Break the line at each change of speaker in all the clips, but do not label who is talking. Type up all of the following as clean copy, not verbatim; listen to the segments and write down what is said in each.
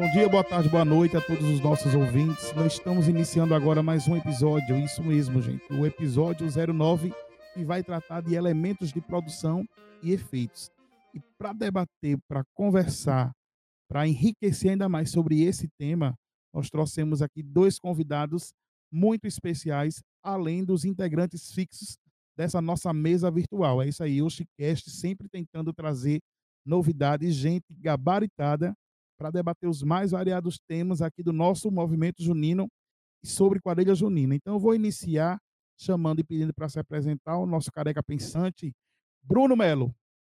Bom dia, boa tarde, boa noite a todos os nossos ouvintes. Nós estamos iniciando agora mais um episódio, isso mesmo, gente. O episódio 09, que vai tratar de elementos de produção e efeitos. E para debater, para conversar, para enriquecer ainda mais sobre esse tema, nós trouxemos aqui dois convidados muito especiais, além dos integrantes fixos dessa nossa mesa virtual. É isso aí, o Chicast sempre tentando trazer novidades, gente gabaritada para debater os mais variados temas aqui do nosso movimento junino e sobre quadrilha junina. Então, eu vou iniciar chamando e pedindo para se apresentar o nosso careca pensante, Bruno Melo.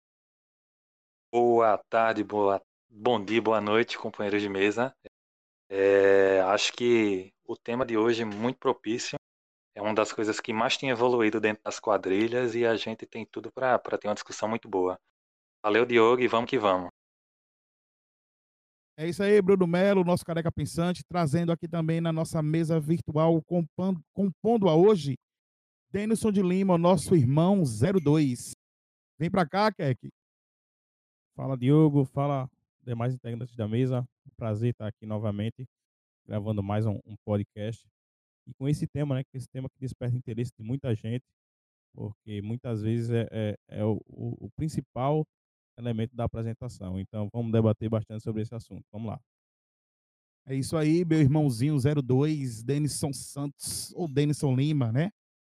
Boa tarde, bom dia, boa noite, companheiros de mesa. Acho que o tema de hoje é muito propício. É uma das coisas que mais tem evoluído dentro das quadrilhas e a gente tem tudo para ter uma discussão muito boa. Valeu, Diogo, e vamos que vamos.
É isso aí, Bruno Melo, nosso careca pensante, trazendo aqui também na nossa mesa virtual, compondo a hoje, Denilson de Lima, nosso irmão 02. Vem para cá, Keck.
Fala, Diogo. Fala, demais integrantes da mesa. Prazer estar aqui novamente, gravando mais um podcast. E com esse tema, né? Com esse tema que desperta interesse de muita gente, porque muitas vezes é o principal elemento da apresentação. Então, vamos debater bastante sobre esse assunto. Vamos lá.
É isso aí, meu irmãozinho 02, Denison Santos, ou Denison Lima, né?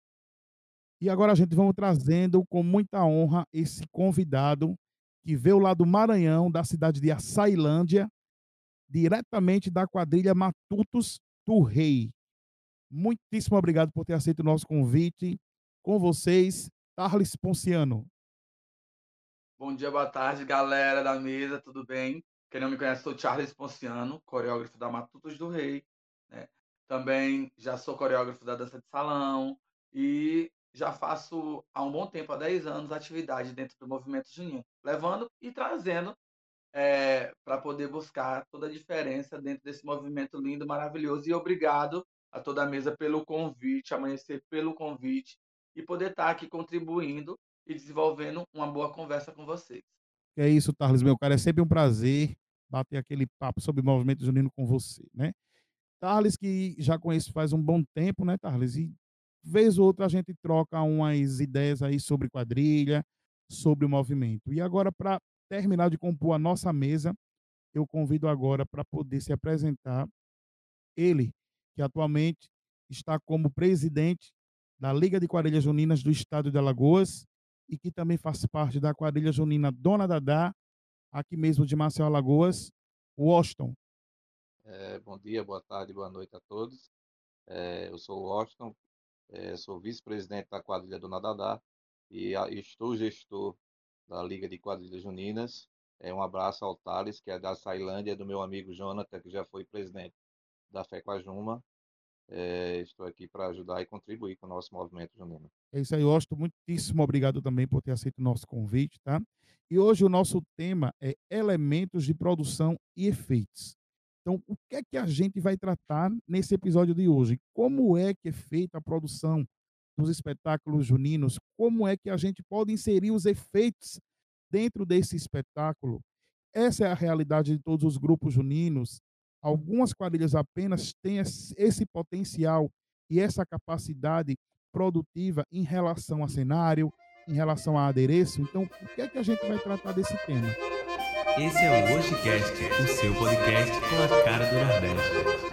E agora a gente vamos trazendo com muita honra esse convidado que veio lá do Maranhão, da cidade de Açailândia, diretamente da quadrilha Matutos do Rei. Muitíssimo obrigado por ter aceito o nosso convite. Com vocês, Tarles Ponciano.
Bom dia, boa tarde, galera da mesa, tudo bem? Quem não me conhece, sou Charles Ponciano, coreógrafo da Matutos do Rei, né? Também já sou coreógrafo da dança de salão e já faço há um bom tempo, há 10 anos, atividade dentro do movimento junino, levando e trazendo para poder buscar toda a diferença dentro desse movimento lindo, maravilhoso. E obrigado a toda a mesa pelo convite, amanhecer pelo convite e poder estar aqui contribuindo e desenvolvendo uma boa conversa com vocês.
É isso, Tarles, meu cara, é sempre um prazer bater aquele papo sobre o movimento junino com você, né? Tarles, que já conheço faz um bom tempo, né, Tarles? E vez ou outra a gente troca umas ideias aí sobre quadrilha, sobre o movimento. E agora, para terminar de compor a nossa mesa, eu convido agora para poder se apresentar ele, que atualmente está como presidente da Liga de Quadrilhas Juninas do Estado de Alagoas e que também faz parte da quadrilha junina Dona Dadá, aqui mesmo de Maceió, Alagoas, Washington.
Bom dia, boa tarde, boa noite a todos. Eu sou o Washington, sou vice-presidente da quadrilha Dona Dadá e estou gestor da Liga de Quadrilhas Juninas. Um abraço ao Thales, que é da Sailândia, do meu amigo Jonathan, que já foi presidente da FECOAJUMA. Estou aqui para ajudar e contribuir com o nosso movimento junino.
É isso aí, Washington. Muitíssimo obrigado também por ter aceito o nosso convite, tá? E hoje o nosso tema é elementos de produção e efeitos. Então, o que é que a gente vai tratar nesse episódio de hoje? Como é que é feita a produção dos espetáculos juninos? Como é que a gente pode inserir os efeitos dentro desse espetáculo? Essa é a realidade de todos os grupos juninos. Algumas quadrilhas apenas têm esse potencial e essa capacidade produtiva em relação a cenário, em relação a adereço. Então, o que é que a gente vai tratar desse tema?
Esse é o Washcast, o seu podcast com a cara do Nordeste.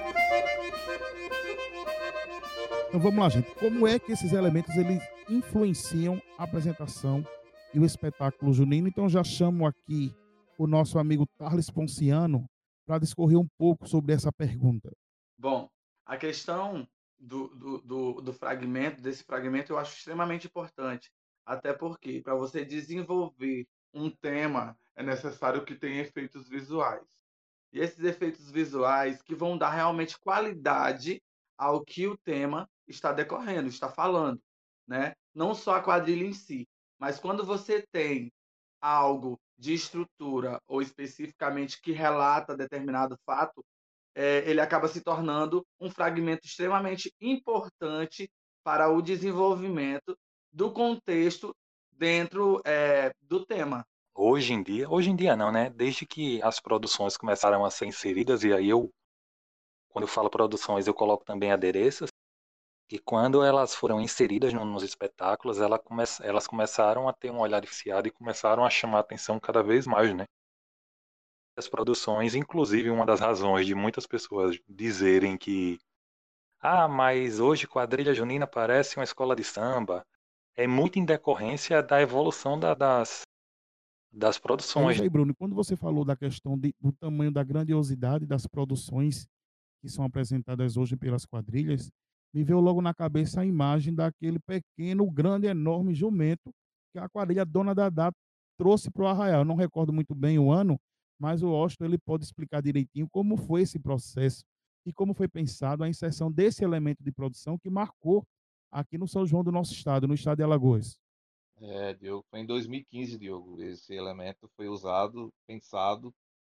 Então vamos lá, gente. Como é que esses elementos eles influenciam a apresentação e o espetáculo junino? Então já chamo aqui o nosso amigo Tarles Ponciano para discorrer um pouco sobre essa pergunta.
Bom, a questão do fragmento, desse fragmento, eu acho extremamente importante. Até porque, para você desenvolver um tema, é necessário que tenha efeitos visuais. E esses efeitos visuais que vão dar realmente qualidade ao que o tema está decorrendo, está falando, né? Não só a quadrilha em si, mas quando você tem algo de estrutura ou especificamente que relata determinado fato, ele acaba se tornando um fragmento extremamente importante para o desenvolvimento do contexto dentro do tema.
hoje em dia não, né? Desde que as produções começaram a ser inseridas, e aí quando eu falo produções, eu coloco também adereços, e quando elas foram inseridas nos espetáculos, elas começaram a ter um olhar diferenciado e começaram a chamar a atenção cada vez mais, né? As produções, inclusive uma das razões de muitas pessoas dizerem que mas hoje quadrilha junina parece uma escola de samba, é muito em decorrência da evolução das
Pois
produções.
aí, Bruno, quando você falou da questão do tamanho, da grandiosidade das produções que são apresentadas hoje pelas quadrilhas, me veio logo na cabeça a imagem daquele pequeno, grande, enorme jumento que a quadrilha Dona Dadá trouxe para o Arraial. Eu não recordo muito bem o ano, mas o Austin ele pode explicar direitinho como foi esse processo e como foi pensado a inserção desse elemento de produção que marcou aqui no São João do nosso estado, no estado de Alagoas.
Diogo, foi em 2015, Diogo. Esse elemento foi usado, pensado,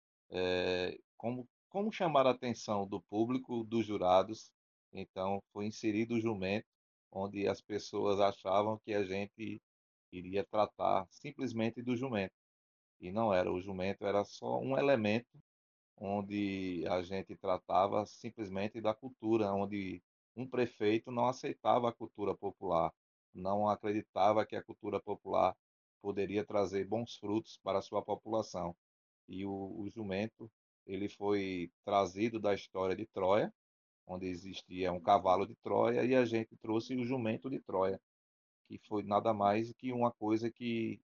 como chamar a atenção do público, dos jurados. Então, foi inserido o jumento, onde as pessoas achavam que a gente iria tratar simplesmente do jumento. E não era, o jumento era só um elemento onde a gente tratava simplesmente da cultura, onde um prefeito não aceitava a cultura popular, não acreditava que a cultura popular poderia trazer bons frutos para a sua população. E o jumento, ele foi trazido da história de Troia, onde existia um cavalo de Troia, e a gente trouxe o jumento de Troia, que foi nada mais que uma coisa que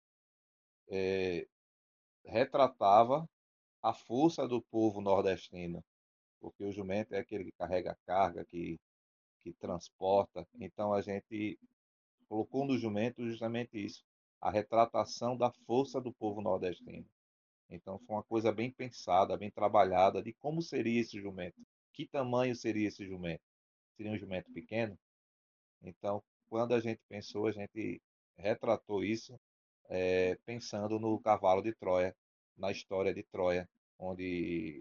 retratava a força do povo nordestino, porque o jumento é aquele que carrega a carga, que transporta. Então a gente colocou no jumento justamente isso, a retratação da força do povo nordestino. Então foi uma coisa bem pensada, bem trabalhada de como seria esse jumento, que tamanho seria esse jumento. Seria um jumento pequeno? Então, quando a gente pensou, a gente retratou isso pensando no cavalo de Troia, na história de Troia, onde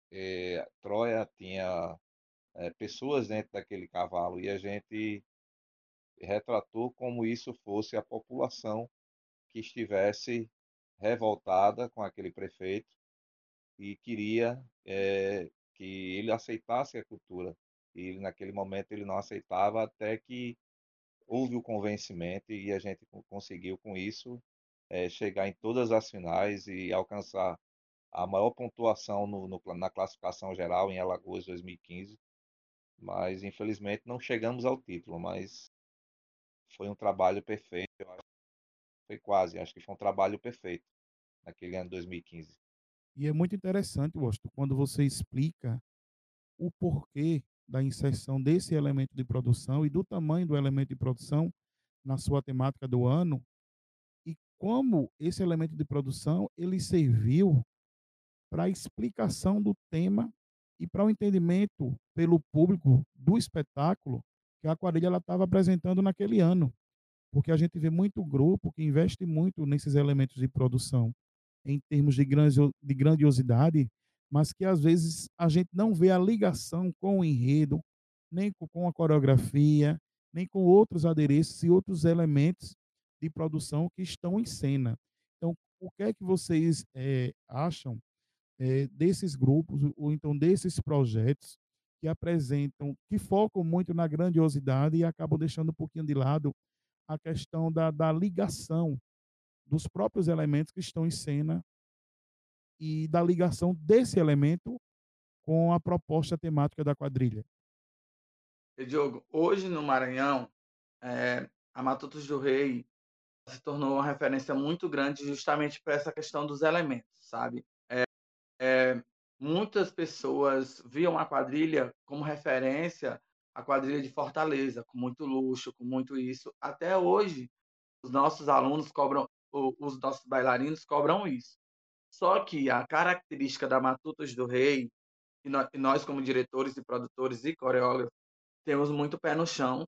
Troia tinha pessoas dentro daquele cavalo e a gente retratou como isso fosse a população que estivesse revoltada com aquele prefeito e queria que ele aceitasse a cultura. E naquele momento ele não aceitava até que houve o convencimento e a gente conseguiu com isso chegar em todas as finais e alcançar a maior pontuação na classificação geral em Alagoas 2015, mas infelizmente não chegamos ao título, mas foi um trabalho perfeito, eu acho, foi quase, acho que foi um trabalho perfeito naquele ano 2015.
E é muito interessante, Washington, quando você explica o porquê da inserção desse elemento de produção e do tamanho do elemento de produção na sua temática do ano e como esse elemento de produção ele serviu para a explicação do tema e para o entendimento pelo público do espetáculo que a quadrilha estava apresentando naquele ano. Porque a gente vê muito grupo que investe muito nesses elementos de produção, em termos de grandiosidade, mas que às vezes a gente não vê a ligação com o enredo, nem com a coreografia, nem com outros adereços e outros elementos de produção que estão em cena. Então, o que é que vocês acham desses grupos, ou então desses projetos que apresentam, que focam muito na grandiosidade e acabam deixando um pouquinho de lado a questão da ligação dos próprios elementos que estão em cena e da ligação desse elemento com a proposta temática da quadrilha.
E, Diogo, hoje no Maranhão, a Matutos do Rei se tornou uma referência muito grande justamente para essa questão dos elementos, sabe? Muitas pessoas viam a quadrilha como referência à quadrilha de Fortaleza, com muito luxo, com muito isso. Até hoje, os nossos alunos cobram, os nossos bailarinos cobram isso. Só que a característica da Matutos do Rei, e nós como diretores e produtores e coreógrafos, temos muito pé no chão,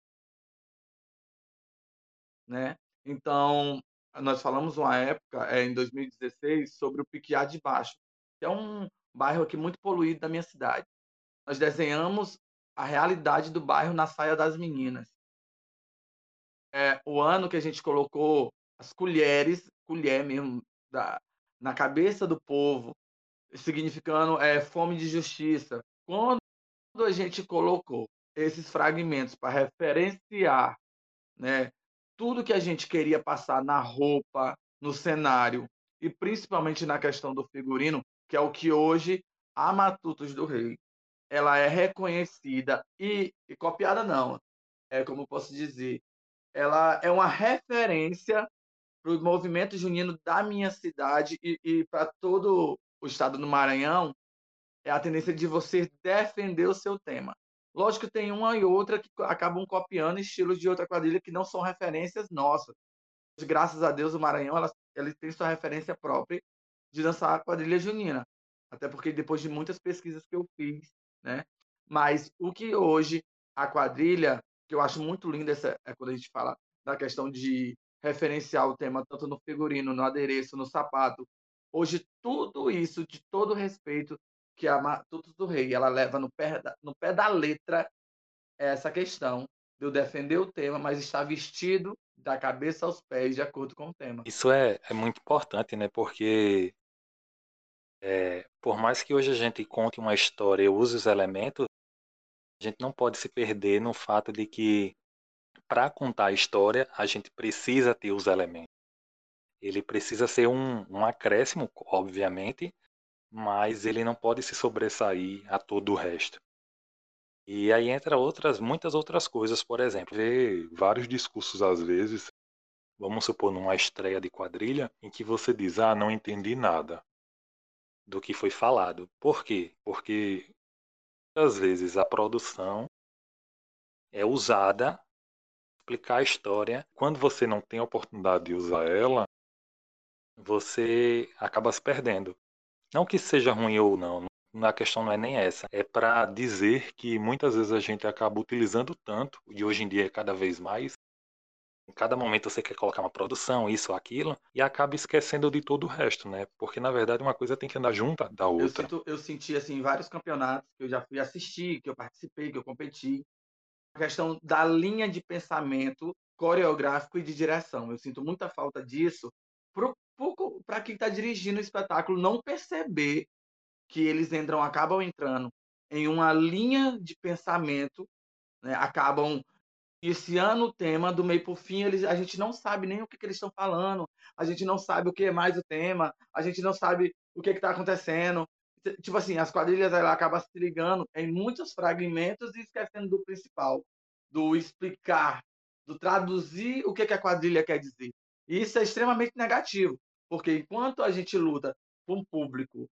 né? Então, nós falamos uma época, em 2016, sobre o Piquiá de Baixo, que é um bairro aqui muito poluído da minha cidade. Nós desenhamos a realidade do bairro na saia das meninas. O ano que a gente colocou as colheres, colher mesmo, na cabeça do povo, significando fome de justiça. Quando a gente colocou esses fragmentos para referenciar, né, tudo que a gente queria passar na roupa, no cenário e principalmente na questão do figurino, que é o que hoje a Matutos do Rei ela é reconhecida e copiada não, como eu posso dizer, ela é uma referência para o movimento junino da minha cidade e para todo o estado do Maranhão, é a tendência de você defender o seu tema. Lógico que tem uma e outra que acabam copiando estilos de outra quadrilha que não são referências nossas. Graças a Deus, o Maranhão ele tem sua referência própria de dançar a quadrilha junina. Até porque depois de muitas pesquisas que eu fiz, né? Mas o que hoje a quadrilha, que eu acho muito linda quando a gente fala da questão de referenciar o tema tanto no figurino, no adereço, no sapato. Hoje tudo isso, de todo respeito que a Matutos do Rei, ela leva no pé da letra essa questão de eu defender o tema, mas estar vestido da cabeça aos pés de acordo com o tema.
Isso é muito importante, né? Porque por mais que hoje a gente conte uma história e use os elementos, a gente não pode se perder no fato de que para contar a história a gente precisa ter os elementos. Ele precisa ser um acréscimo, obviamente, mas ele não pode se sobressair a todo o resto. E aí entra muitas outras coisas, por exemplo, ver vários discursos às vezes, vamos supor numa estreia de quadrilha, em que você diz, não entendi nada do que foi falado. Por quê? Porque muitas vezes a produção é usada para explicar a história. Quando você não tem a oportunidade de usar ela, você acaba se perdendo. Não que seja ruim ou não, a questão não é nem essa. É para dizer que muitas vezes a gente acaba utilizando tanto, e hoje em dia é cada vez mais, em cada momento você quer colocar uma produção, isso ou aquilo, e acaba esquecendo de todo o resto, né? Porque na verdade uma coisa tem que andar junto da outra.
Eu senti assim vários campeonatos que eu já fui assistir, que eu participei, que eu competi, a questão da linha de pensamento coreográfico e de direção. Eu sinto muita falta disso para quem está dirigindo o espetáculo não perceber que eles acabam entrando em uma linha de pensamento, né? Acabam iniciando o tema do meio para o fim, a gente não sabe nem o que eles estão falando, a gente não sabe o que é mais o tema, a gente não sabe o que está acontecendo. Tipo assim, as quadrilhas ela acabam se ligando em muitos fragmentos e esquecendo do principal, do explicar, do traduzir o que a quadrilha quer dizer. E isso é extremamente negativo, porque enquanto a gente luta com o público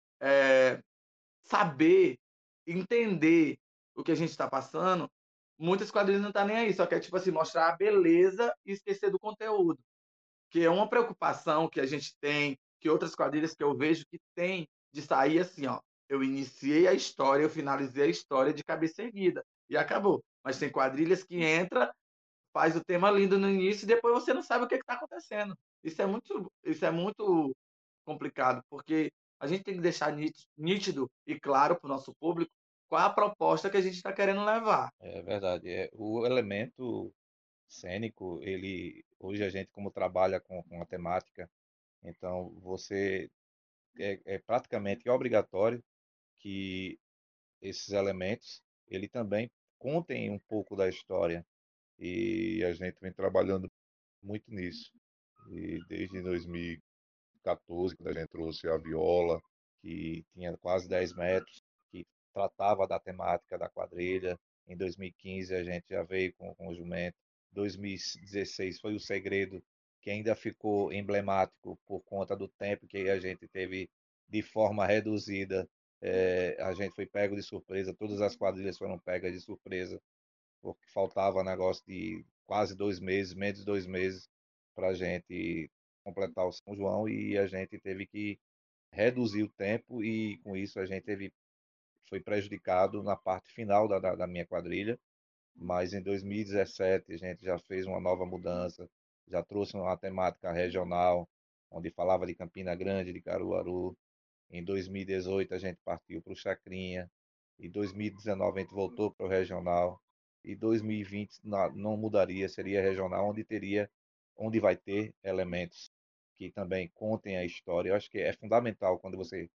saber, entender o que a gente está passando, muitas quadrilhas não tá nem aí, só quer tipo assim mostrar a beleza e esquecer do conteúdo, que é uma preocupação que a gente tem, que outras quadrilhas que eu vejo que tem de sair assim, ó, eu iniciei a história, eu finalizei a história de cabeça erguida e acabou. Mas tem quadrilhas que entra, faz o tema lindo no início e depois você não sabe o que está acontecendo. Isso é muito complicado, porque a gente tem que deixar nítido e claro para o nosso público qual é a proposta que a gente está querendo levar.
É verdade. O elemento cênico, ele hoje a gente como trabalha com a temática, então você é praticamente obrigatório que esses elementos ele também contem um pouco da história e a gente vem trabalhando muito nisso. E desde 2014, quando a gente trouxe a viola, que tinha quase 10 metros, que tratava da temática da quadrilha. Em 2015 a gente já veio com o jumento. 2016 foi o segredo, que ainda ficou emblemático por conta do tempo que a gente teve de forma reduzida. A gente foi pego de surpresa, todas as quadrilhas foram pegas de surpresa, porque faltava negócio de quase 2 meses, menos de 2 meses, para a gente completar o São João e a gente teve que reduzir o tempo e com isso a gente foi prejudicado na parte final da minha quadrilha, mas em 2017 a gente já fez uma nova mudança, já trouxe uma temática regional, onde falava de Campina Grande, de Caruaru. Em 2018 a gente partiu para o Chacrinha, em 2019 a gente voltou para o regional, e 2020 não mudaria, seria regional, onde vai ter elementos que também contem a história. Eu acho que é fundamental quando você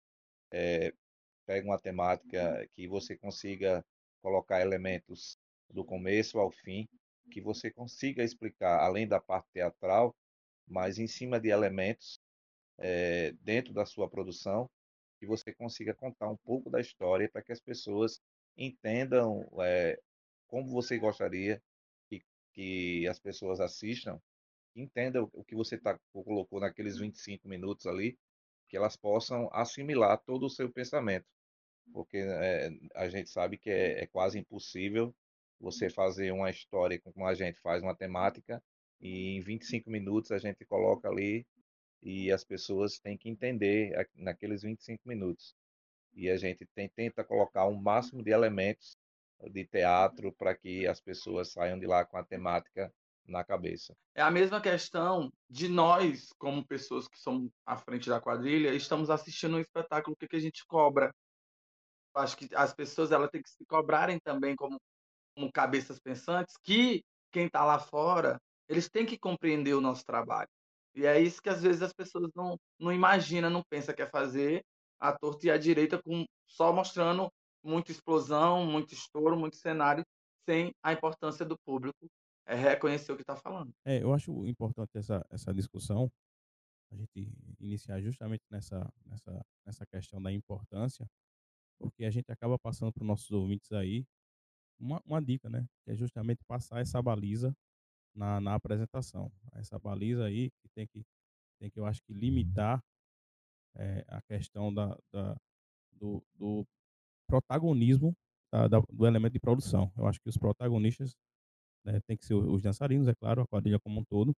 pega uma temática que você consiga colocar elementos do começo ao fim, que você consiga explicar, além da parte teatral, mas em cima de elementos dentro da sua produção, que você consiga contar um pouco da história para que as pessoas entendam como você gostaria que as pessoas assistam, entendam o que você colocou naqueles 25 minutos ali, que elas possam assimilar todo o seu pensamento, porque a gente sabe que é quase impossível você fazer uma história como a gente faz uma temática e em 25 minutos a gente coloca ali e as pessoas têm que entender naqueles 25 minutos. E a gente tenta colocar um máximo de elementos de teatro para que as pessoas saiam de lá com a temática na cabeça.
É a mesma questão de nós, como pessoas que somos à frente da quadrilha, estamos assistindo um espetáculo, o que a gente cobra? Acho que as pessoas elas têm que se cobrarem também como cabeças pensantes, que quem está lá fora, eles têm que compreender o nosso trabalho. E é isso que às vezes as pessoas não imaginam, não pensam que é fazer à torta e à direita, só mostrando muita explosão, muito estouro, muito cenário, sem a importância do público reconhecer o que está falando.
Eu acho importante essa discussão, a gente iniciar justamente nessa questão da importância, porque a gente acaba passando para os nossos ouvintes aí uma dica, né? Que é justamente passar essa baliza na apresentação. Essa baliza aí que eu acho que limitar a questão do protagonismo do elemento de produção. Eu acho que os protagonistas, né, tem que ser os dançarinos, é claro, a quadrilha como um todo,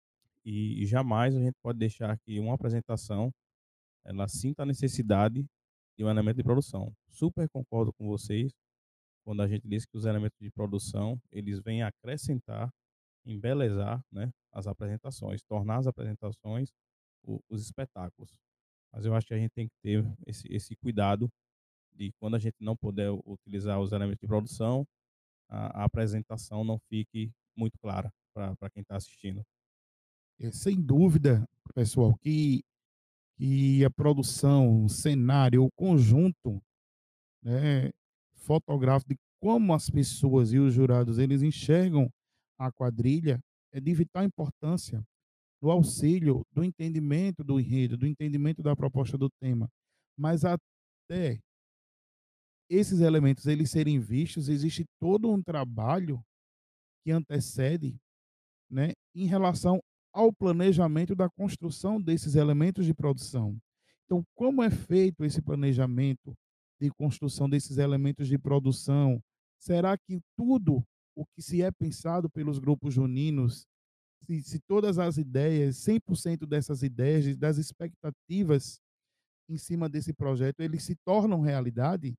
e jamais a gente pode deixar que uma apresentação ela sinta a necessidade de um elemento de produção. Super concordo com vocês quando a gente diz que os elementos de produção eles vêm acrescentar, embelezar, né, as apresentações, tornar as apresentações os espetáculos. Mas eu acho que a gente tem que ter esse cuidado de quando a gente não puder utilizar os elementos de produção, a apresentação não fique muito clara para quem está assistindo.
Sem dúvida, pessoal, que a produção, o cenário, o conjunto, né, fotográfico de como as pessoas e os jurados eles enxergam a quadrilha é de vital importância do auxílio, do entendimento do enredo, do entendimento da proposta do tema. Mas até esses elementos eles serem vistos, existe todo um trabalho que antecede, né, em relação ao planejamento da construção desses elementos de produção. Então, como é feito esse planejamento de construção desses elementos de produção? Será que tudo o que se é pensado pelos grupos juninos, se todas as ideias, 100% dessas ideias, das expectativas em cima desse projeto, eles se tornam realidade?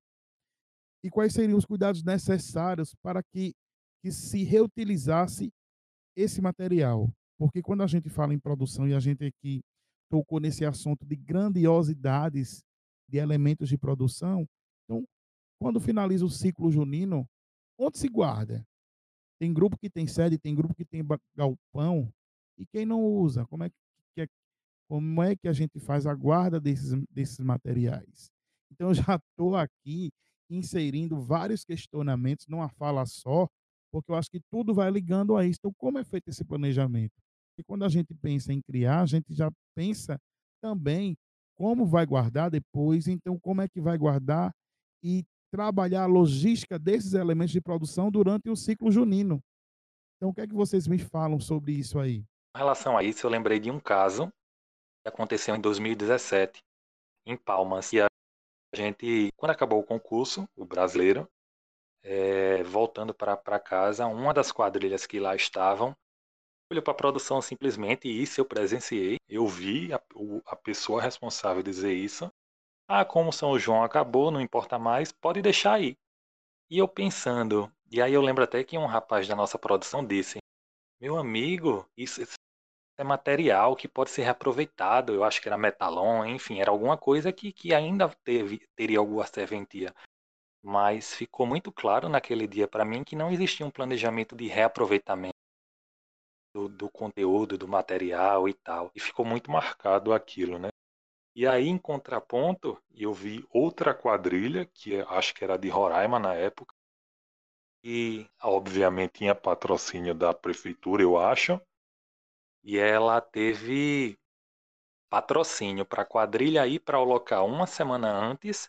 E quais seriam os cuidados necessários para que se reutilizasse esse material? Porque quando a gente fala em produção e a gente aqui tocou nesse assunto de grandiosidades de elementos de produção, então, quando finaliza o ciclo junino, onde se guarda? Tem grupo que tem sede, tem grupo que tem galpão, e quem não usa? Que, como é que a gente faz a guarda desses materiais? Então, eu já estou aqui inserindo vários questionamentos numa fala só, porque eu acho que tudo vai ligando a isso. Então, como é feito esse planejamento? E quando a gente pensa em criar, a gente já pensa também como vai guardar depois, então como é que vai guardar e trabalhar a logística desses elementos de produção durante o ciclo junino. Então, o que é que vocês me falam sobre isso aí?
Com relação a isso, eu lembrei de um caso que aconteceu em 2017, em Palmas. E a gente, quando acabou o concurso, o brasileiro, voltando para casa, uma das quadrilhas que lá estavam olhou para a produção simplesmente, e isso eu presenciei, eu vi a pessoa responsável dizer isso. Ah, como São João acabou, não importa mais, pode deixar aí. E eu pensando, e aí eu lembro até que um rapaz da nossa produção disse: meu amigo, isso é material que pode ser reaproveitado. Eu acho que era metalon, enfim, era alguma coisa que ainda teria alguma serventia. Mas ficou muito claro naquele dia para mim que não existia um planejamento de reaproveitamento. do conteúdo, do material e tal. E ficou muito marcado aquilo, né? E aí, em contraponto, eu vi outra quadrilha, que acho que era de Roraima na época, e obviamente tinha patrocínio da prefeitura, eu acho, e ela teve patrocínio para a quadrilha ir para o local uma semana antes,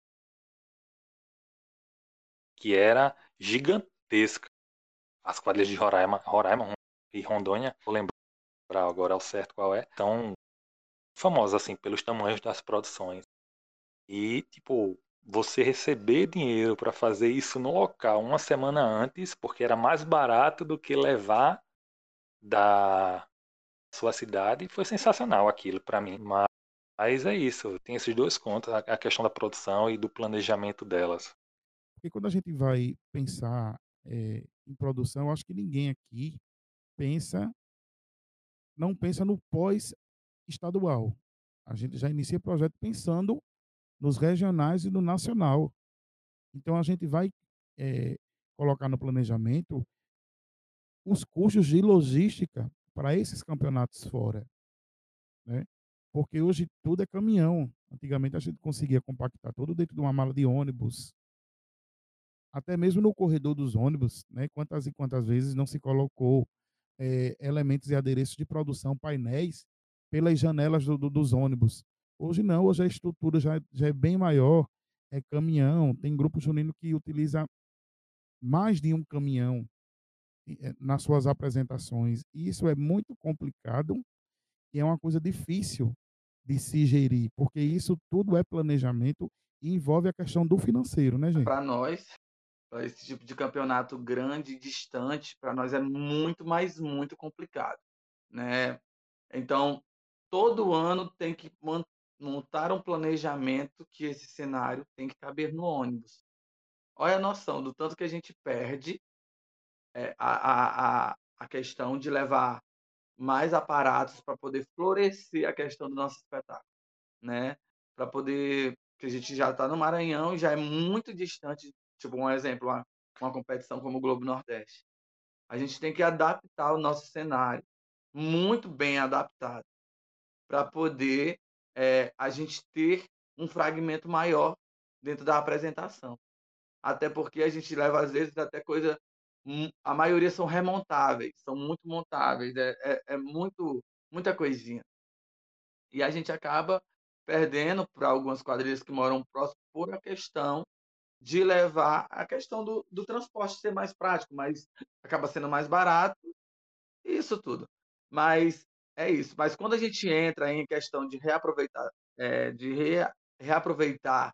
que era gigantesca. As quadrilhas de Roraima e Rondônia, vou lembrar agora ao certo qual é, são famosas assim pelos tamanhos das produções. E tipo, você receber dinheiro para fazer isso no local uma semana antes, porque era mais barato do que levar da sua cidade, foi sensacional aquilo para mim. Mas é isso, tem esses dois pontos, a questão da produção e do planejamento delas.
Porque quando a gente vai pensar em produção, eu acho que ninguém aqui pensa, não pensa no pós-estadual. A gente já inicia o projeto pensando nos regionais e no nacional. Então a gente vai eh, colocar no planejamento os custos de logística para esses campeonatos fora, né? Porque hoje tudo é caminhão. Antigamente a gente conseguia compactar tudo dentro de uma mala de ônibus, até mesmo no corredor dos ônibus, né? Quantas e quantas vezes não se colocou elementos e adereços de produção, painéis, pelas janelas dos ônibus. Hoje não, hoje a estrutura já é bem maior, é caminhão, tem grupo junino que utiliza mais de um caminhão nas suas apresentações. E isso é muito complicado e é uma coisa difícil de se gerir, porque isso tudo é planejamento e envolve a questão do financeiro, né, gente?
Para nós, para esse tipo de campeonato grande, distante, para nós é muito, mas muito complicado, né? Então, todo ano tem que montar um planejamento que esse cenário tem que caber no ônibus. Olha a noção do tanto que a gente perde a questão de levar mais aparatos para poder florescer a questão do nosso espetáculo, né? Para poder, que a gente já está no Maranhão e já é muito distante, tipo um exemplo, uma competição como o Globo Nordeste. A gente tem que adaptar o nosso cenário, muito bem adaptado, para poder a gente ter um fragmento maior dentro da apresentação. Até porque a gente leva, às vezes, até coisa. A maioria são remontáveis, são muito montáveis, é muita coisinha. E a gente acaba perdendo para algumas quadrilhas que moram próximo por a questão de levar a questão do transporte ser mais prático, mas acaba sendo mais barato, isso tudo. Mas é isso. Mas quando a gente entra em questão de reaproveitar, reaproveitar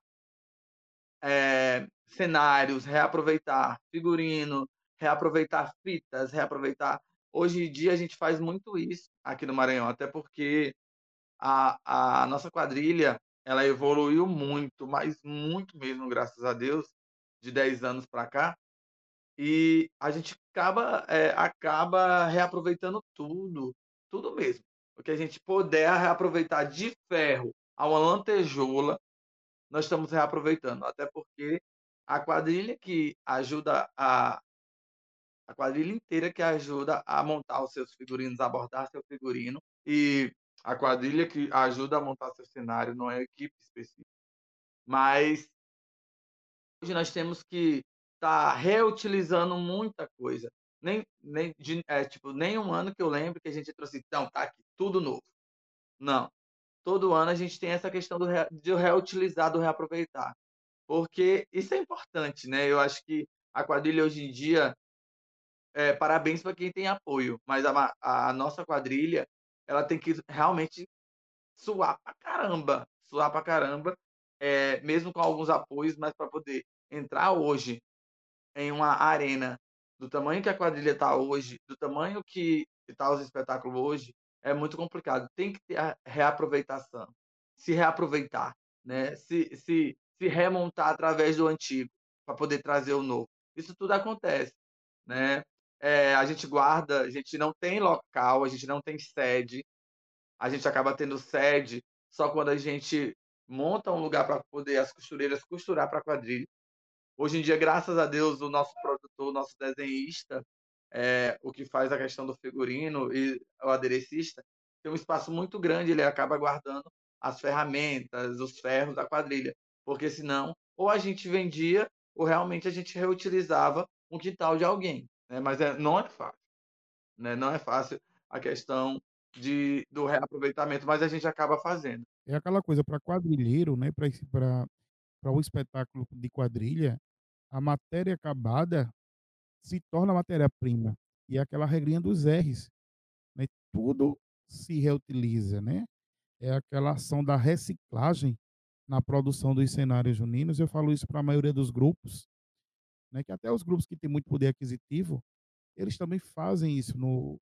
cenários, reaproveitar figurino, reaproveitar fitas, reaproveitar. Hoje em dia a gente faz muito isso aqui no Maranhão, até porque a nossa quadrilha ela evoluiu muito, mas muito mesmo, graças a Deus, de 10 anos para cá. E a gente acaba reaproveitando tudo, tudo mesmo. O que a gente puder reaproveitar de ferro a uma lantejoula, nós estamos reaproveitando. Até porque a quadrilha que ajuda a quadrilha inteira que ajuda a montar os seus figurinos, a abordar seu figurino, e a quadrilha que ajuda a montar seu cenário, não é equipe específica. Mas hoje nós temos que estar reutilizando muita coisa. Tipo, nem um ano que eu lembro que a gente trouxe, então, tá aqui, tudo novo. Não. Todo ano a gente tem essa questão de reutilizar, do reaproveitar. Porque isso é importante, né? Eu acho que a quadrilha hoje em dia, parabéns para quem tem apoio, mas a nossa quadrilha, ela tem que realmente suar pra caramba, mesmo com alguns apoios, mas para poder entrar hoje em uma arena do tamanho que a quadrilha está hoje, do tamanho que está os espetáculos hoje, é muito complicado. Tem que ter a reaproveitação, se reaproveitar, né? Se remontar através do antigo para poder trazer o novo. Isso tudo acontece, né? A gente guarda, a gente não tem local, a gente não tem sede, a gente acaba tendo sede só quando a gente monta um lugar para poder as costureiras costurar para a quadrilha. Hoje em dia, graças a Deus, o nosso produtor, o nosso desenhista, o que faz a questão do figurino e o aderecista, tem um espaço muito grande, ele acaba guardando as ferramentas, os ferros da quadrilha, porque senão ou a gente vendia ou realmente a gente reutilizava um quintal de alguém, né? Mas não é fácil, né? Não é fácil a questão do reaproveitamento, mas a gente acaba fazendo.
É aquela coisa para quadrilheiro, né, para o espetáculo de quadrilha, a matéria acabada se torna matéria-prima. E é aquela regrinha dos R's, né? Tudo se reutiliza, né? É aquela ação da reciclagem na produção dos cenários juninos. Eu falo isso para a maioria dos grupos, né? Que até os grupos que têm muito poder aquisitivo, eles também fazem isso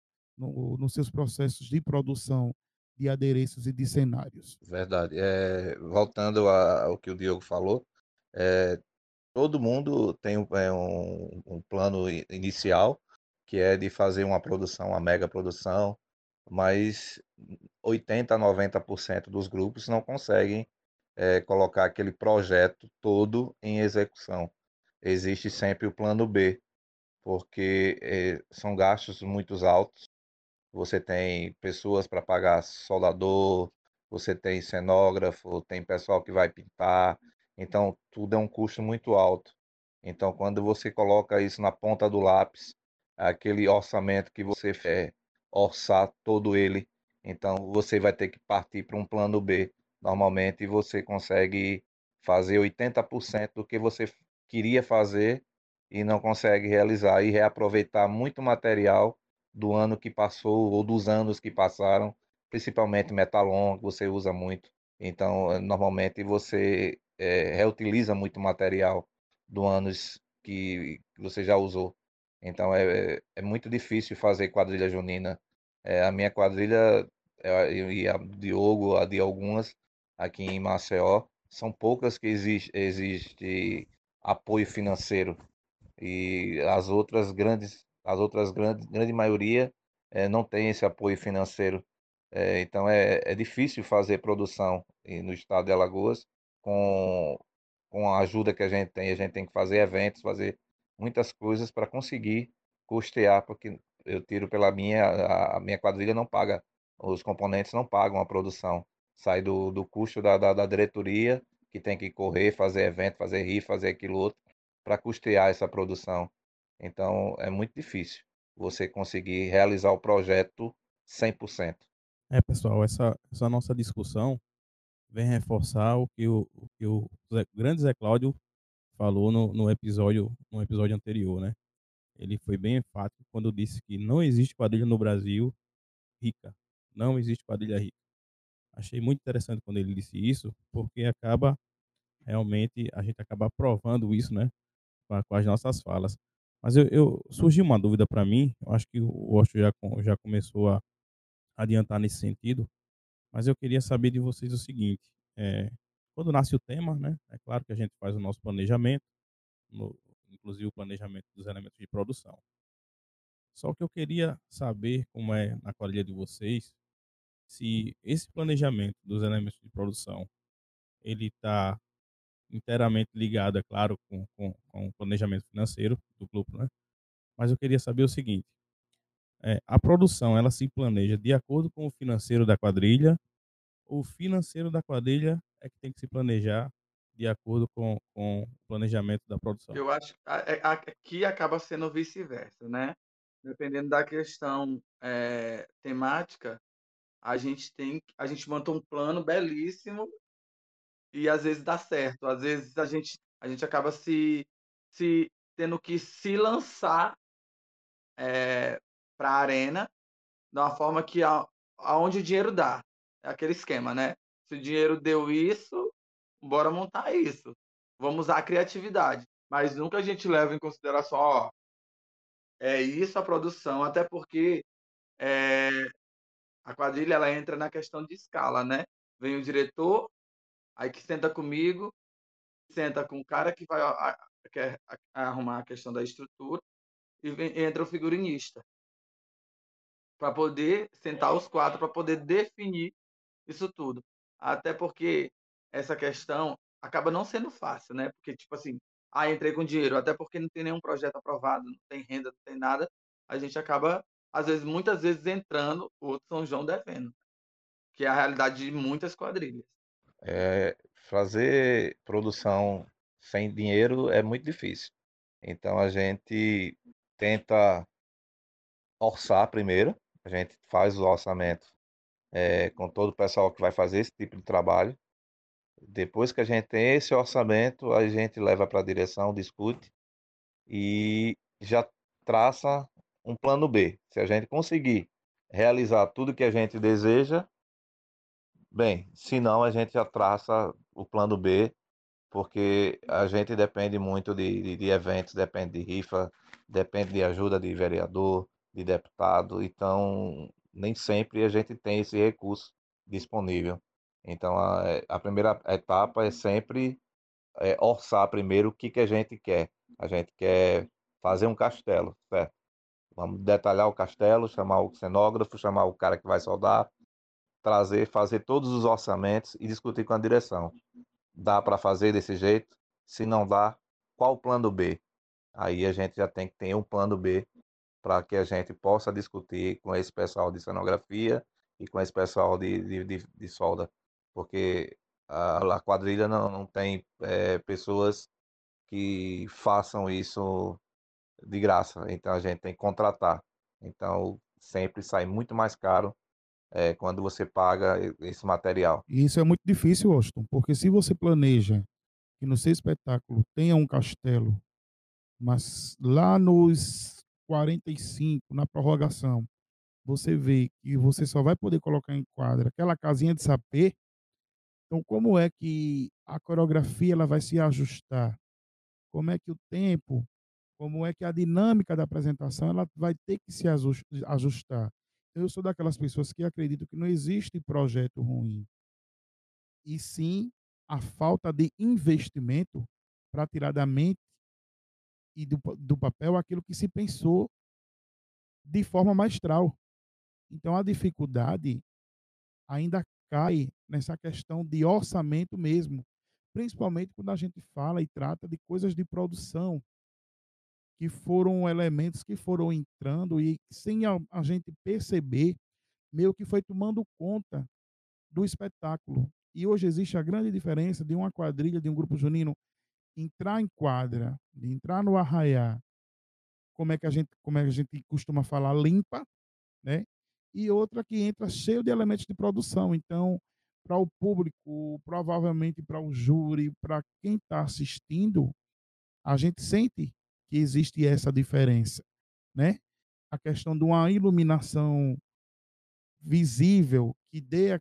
nos seus processos de produção de adereços e de cenários.
Verdade. Voltando ao que o Diogo falou, é, todo mundo tem um plano inicial, que é de fazer uma produção, uma mega produção, mas 80 a 90% dos grupos não conseguem colocar aquele projeto todo em execução. Existe sempre o plano B, porque são gastos muito altos. Você tem pessoas para pagar soldador, você tem cenógrafo, tem pessoal que vai pintar, então tudo é um custo muito alto. Então, quando você coloca isso na ponta do lápis, aquele orçamento que você orçar todo ele, então você vai ter que partir para um plano B. Normalmente você consegue fazer 80% do que você queria fazer e não consegue realizar e reaproveitar muito material do ano que passou ou dos anos que passaram, principalmente metalon, que você usa muito. Então, normalmente você reutiliza muito material do anos que você já usou. Então, é muito difícil fazer quadrilha junina. A minha quadrilha e a do Diogo, a de algumas aqui em Maceió, são poucas que existe apoio financeiro e as outras grande maioria não tem esse apoio financeiro. Então é difícil fazer produção no estado de Alagoas com, com a ajuda que a gente tem. A gente tem que fazer eventos, fazer muitas coisas para conseguir custear, porque eu tiro pela a minha quadrilha não paga, os componentes não pagam a produção. Sai do custo da diretoria, que tem que correr, fazer evento, fazer rifa, fazer aquilo outro para custear essa produção. Então, é muito difícil você conseguir realizar o projeto 100%.
Pessoal, essa nossa discussão vem reforçar o que o grande Zé Cláudio falou no episódio anterior, né? Ele foi bem enfático quando disse que não existe quadrilha no Brasil rica. Não existe quadrilha rica. Achei muito interessante quando ele disse isso, porque realmente, a gente acaba provando isso, né? Com as nossas falas. Mas surgiu uma dúvida para mim, eu acho que o Osto já começou a adiantar nesse sentido, mas eu queria saber de vocês o seguinte, quando nasce o tema, né? É claro que a gente faz o nosso planejamento, no- inclusive o planejamento dos elementos de produção. Só que eu queria saber como é na quadrilha de vocês, se esse planejamento dos elementos de produção, ele está inteiramente ligado, é claro, com o planejamento financeiro do grupo, né? Mas eu queria saber o seguinte, a produção, ela se planeja de acordo com o financeiro da quadrilha, ou o financeiro da quadrilha é que tem que se planejar de acordo com o planejamento da produção?
Eu acho que aqui acaba sendo vice-versa, né? Dependendo da questão temática, a gente monta um plano belíssimo e às vezes dá certo. Às vezes a gente acaba se tendo que se lançar para a arena de uma forma que aonde o dinheiro dá. É aquele esquema, né? Se o dinheiro deu isso, bora montar isso. Vamos usar a criatividade. Mas nunca a gente leva em consideração, ó, é isso a produção, até porque a quadrilha ela entra na questão de escala, né? Vem o diretor, aí que senta comigo, senta com o cara que vai quer arrumar a questão da estrutura e entra o figurinista para poder sentar os quatro para poder definir isso tudo. Até porque essa questão acaba não sendo fácil, né? Porque, tipo assim, entrei com dinheiro, até porque não tem nenhum projeto aprovado, não tem renda, não tem nada. a gente acaba, às vezes, muitas vezes entrando, o outro São João devendo, que é a realidade de muitas quadrilhas.
Fazer produção sem dinheiro é muito difícil. Então a gente tenta orçar primeiro, a gente faz o orçamento com todo o pessoal que vai fazer esse tipo de trabalho. Depois que a gente tem esse orçamento, a gente leva para a direção, discute e já traça um plano B. Se a gente conseguir realizar tudo que a gente deseja, bem, se não, a gente já traça o plano B, porque a gente depende muito de eventos, depende de rifa, depende de ajuda de vereador, de deputado, então nem sempre a gente tem esse recurso disponível. Então a primeira etapa é sempre orçar primeiro o que a gente quer. A gente quer fazer um castelo, certo? Vamos detalhar o castelo, chamar o cenógrafo, chamar o cara que vai soldar, trazer, fazer todos os orçamentos e discutir com a direção. Dá para fazer desse jeito? Se não dá, qual o plano B? Aí a gente já tem que ter um plano B para que a gente possa discutir com esse pessoal de cenografia e com esse pessoal de solda, porque a quadrilha não tem pessoas que façam isso de graça, então a gente tem que contratar. Então sempre sai muito mais caro quando você paga esse material.
E isso é muito difícil, Austin, porque se você planeja que no seu espetáculo tenha um castelo, mas lá nos 45, na prorrogação, você vê que você só vai poder colocar em quadra aquela casinha de sapê, então como é que a coreografia ela vai se ajustar? Como é que o tempo, como é que a dinâmica da apresentação ela vai ter que se ajustar? Eu sou daquelas pessoas que acreditam que não existe projeto ruim, e sim a falta de investimento para tirar da mente e do papel aquilo que se pensou de forma maestral. Então a dificuldade ainda cai nessa questão de orçamento mesmo, principalmente quando a gente fala e trata de coisas de produção, que foram elementos que foram entrando e sem a gente perceber, meio que foi tomando conta do espetáculo. E hoje existe a grande diferença de uma quadrilha, de um grupo junino, entrar em quadra, de entrar no arraiá, como é que a gente costuma falar, limpa, né? E outra que entra cheio de elementos de produção. Então, para o público, provavelmente para o júri, para quem está assistindo, a gente sente que existe essa diferença, né? A questão de uma iluminação visível que dê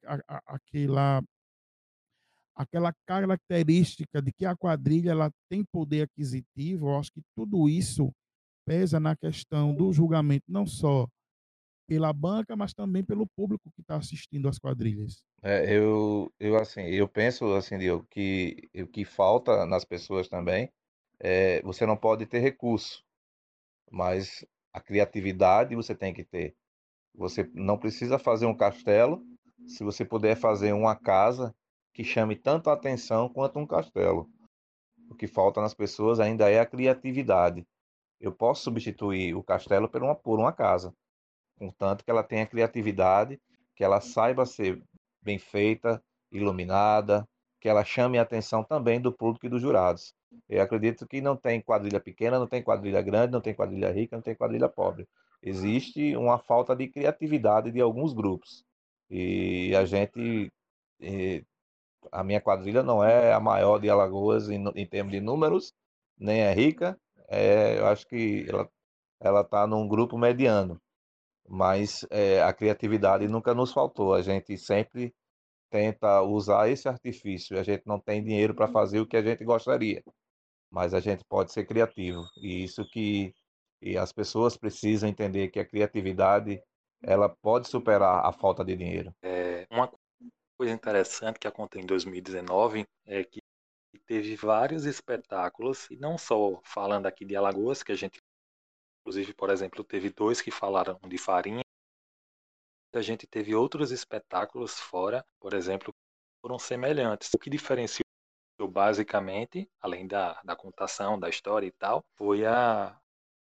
aquela característica de que a quadrilha ela tem poder aquisitivo. Eu acho que tudo isso pesa na questão do julgamento, não só pela banca, mas também pelo público que está assistindo às quadrilhas.
Eu penso assim, Diogo, que o que falta nas pessoas também você não pode ter recurso, mas a criatividade você tem que ter. Você não precisa fazer um castelo, se você puder fazer uma casa que chame tanto a atenção quanto um castelo. O que falta nas pessoas ainda é a criatividade. Eu posso substituir o castelo por uma casa, contanto que ela tenha criatividade, que ela saiba ser bem feita, iluminada, que ela chame a atenção também do público e dos jurados. Eu acredito que não tem quadrilha pequena, não tem quadrilha grande, não tem quadrilha rica, não tem quadrilha pobre. Existe uma falta de criatividade de alguns grupos. E eh, a minha quadrilha não é a maior de Alagoas em termos de números, nem é rica. Eu acho que ela está num grupo mediano, mas a criatividade nunca nos faltou. A gente sempre tenta usar esse artifício. A gente não tem dinheiro para fazer o que a gente gostaria, mas a gente pode ser criativo. E isso que e as pessoas precisam entender que a criatividade ela pode superar a falta de dinheiro.
Uma coisa interessante que aconteceu em 2019 é que teve vários espetáculos, e não só falando aqui de Alagoas, que a gente, inclusive, por exemplo, teve dois que falaram de farinha. A gente teve outros espetáculos fora, por exemplo, que foram semelhantes. O que diferenciou basicamente, além da contação, da história e tal, foi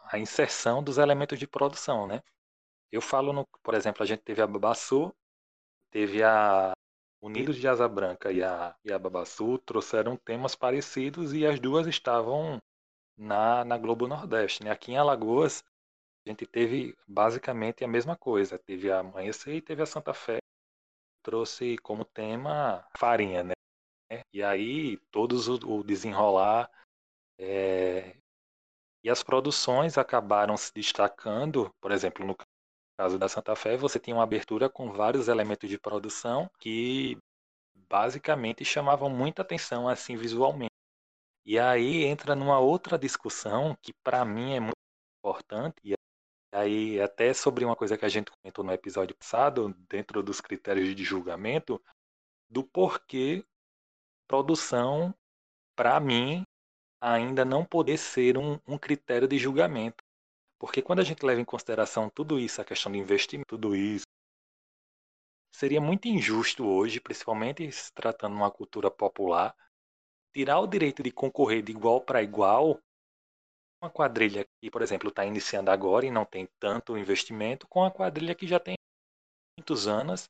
a inserção dos elementos de produção, né? Eu falo, por exemplo, a gente teve a Babassu, teve a Unidos de Asa Branca e a Babassu trouxeram temas parecidos e as duas estavam na Globo Nordeste, né? Aqui em Alagoas, a gente teve basicamente a mesma coisa. Teve a Amanhecer e teve a Santa Fé, trouxe como tema farinha, né? E aí todos o desenrolar e as produções acabaram se destacando. Por exemplo, no caso da Santa Fé, você tinha uma abertura com vários elementos de produção que basicamente chamavam muita atenção assim visualmente. E aí entra numa outra discussão que para mim é muito importante, e aí até sobre uma coisa que a gente comentou no episódio passado, dentro dos critérios de julgamento, do porquê produção, para mim, ainda não poder ser um critério de julgamento. Porque quando a gente leva em consideração tudo isso, a questão de investimento, tudo isso, seria muito injusto hoje, principalmente se tratando de uma cultura popular, tirar o direito de concorrer de igual para igual uma quadrilha que, por exemplo, está iniciando agora e não tem tanto investimento, com a quadrilha que já tem muitos anos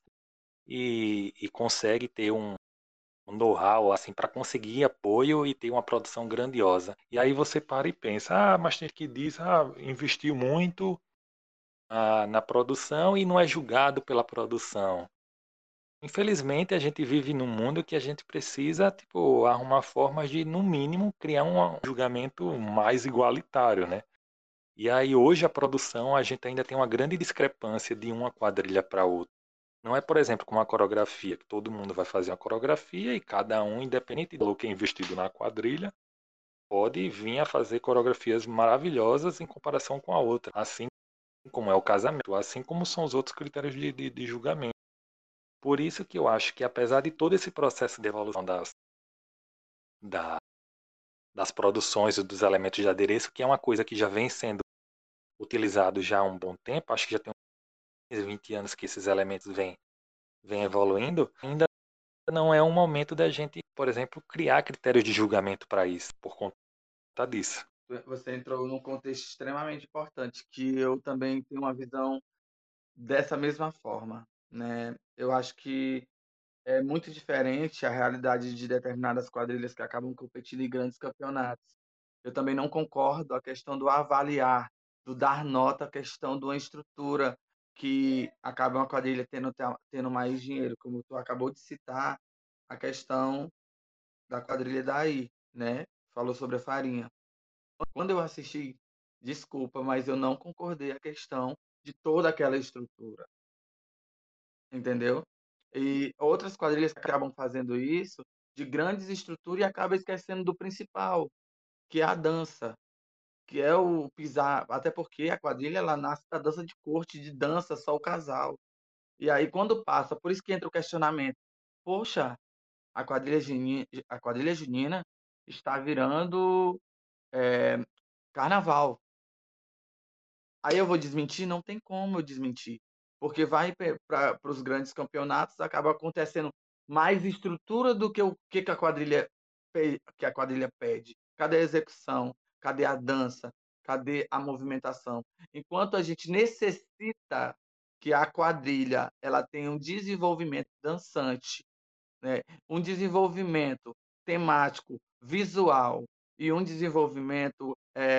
e consegue ter um know-how assim para conseguir apoio e ter uma produção grandiosa. E aí você para e pensa, mas tem que diz, investiu muito na produção e não é julgado pela produção. Infelizmente, a gente vive num mundo que a gente precisa, tipo, arrumar formas de, no mínimo, criar um julgamento mais igualitário, né? E aí, hoje, a produção, a gente ainda tem uma grande discrepância de uma quadrilha para outra. Não é, por exemplo, com uma coreografia, que todo mundo vai fazer uma coreografia e cada um, independente do que é investido na quadrilha, pode vir a fazer coreografias maravilhosas em comparação com a outra. Assim como é o casamento, assim como são os outros critérios de julgamento. Por isso que eu acho que, apesar de todo esse processo de evolução da- das produções e dos elementos de adereço, que é uma coisa que já vem sendo utilizado já há um bom tempo, acho que já tem uns 20 anos que esses elementos vêm evoluindo, ainda não é um momento da gente, por exemplo, criar critérios de julgamento para isso, por conta disso.
Você entrou num contexto extremamente importante, que eu também tenho uma visão dessa mesma forma, né? Eu acho que é muito diferente a realidade de determinadas quadrilhas que acabam competindo em grandes campeonatos. Eu também não concordo a questão do avaliar, do dar nota, a questão de uma estrutura que acaba uma quadrilha tendo mais dinheiro, como tu acabou de citar, a questão da quadrilha daí, né? Falou sobre a farinha. Quando eu assisti, desculpa, mas eu não concordei a questão de toda aquela estrutura, entendeu? E outras quadrilhas acabam fazendo isso de grandes estruturas e acabam esquecendo do principal, que é a dança, que é o pisar, até porque a quadrilha ela nasce da dança de corte, de dança só o casal. E aí quando passa, por isso que entra o questionamento. Poxa, a quadrilha junina está virando carnaval. Aí eu vou desmentir? Não tem como eu desmentir. Porque vai para os grandes campeonatos, acaba acontecendo mais estrutura do que o que que a quadrilha pede. Cadê a execução? Cadê a dança? Cadê a movimentação? Enquanto a gente necessita que a quadrilha ela tenha um desenvolvimento dançante, né? Um desenvolvimento temático, visual e um desenvolvimento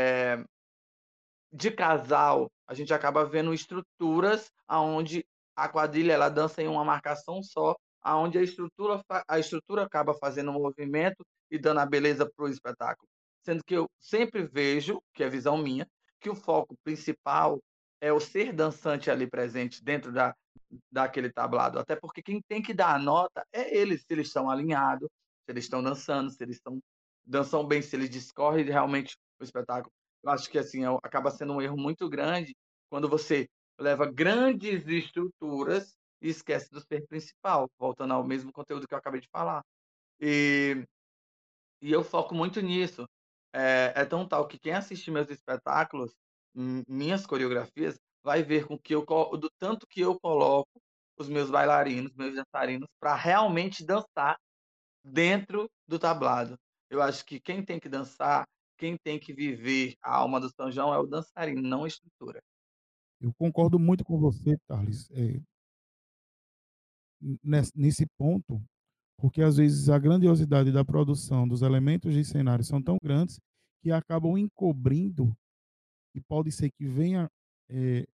de casal, a gente acaba vendo estruturas aonde a quadrilha ela dança em uma marcação só, aonde a estrutura acaba fazendo um movimento e dando a beleza para o espetáculo. Sendo que eu sempre vejo, que é visão minha, que o foco principal é o ser dançante ali presente dentro daquele tablado. Até porque quem tem que dar a nota é eles, se eles estão alinhados, se eles estão dançando, se eles estão dançam bem, se eles discorrem realmente o espetáculo. Eu acho que assim acaba sendo um erro muito grande quando você leva grandes estruturas e esquece do ser principal, voltando ao mesmo conteúdo que eu acabei de falar. E, e eu foco muito nisso. É tão tal que quem assiste meus espetáculos, minhas coreografias, vai ver com que do tanto que eu coloco os meus bailarinos, meus dançarinos, para realmente dançar dentro do tablado. Eu acho que quem tem que dançar quem tem que viver a alma do São João é o dançarino, não a estrutura.
Eu concordo muito com você, Thales, nesse ponto, porque às vezes a grandiosidade da produção dos elementos de cenário são tão grandes que acabam encobrindo, e pode ser que venha eh,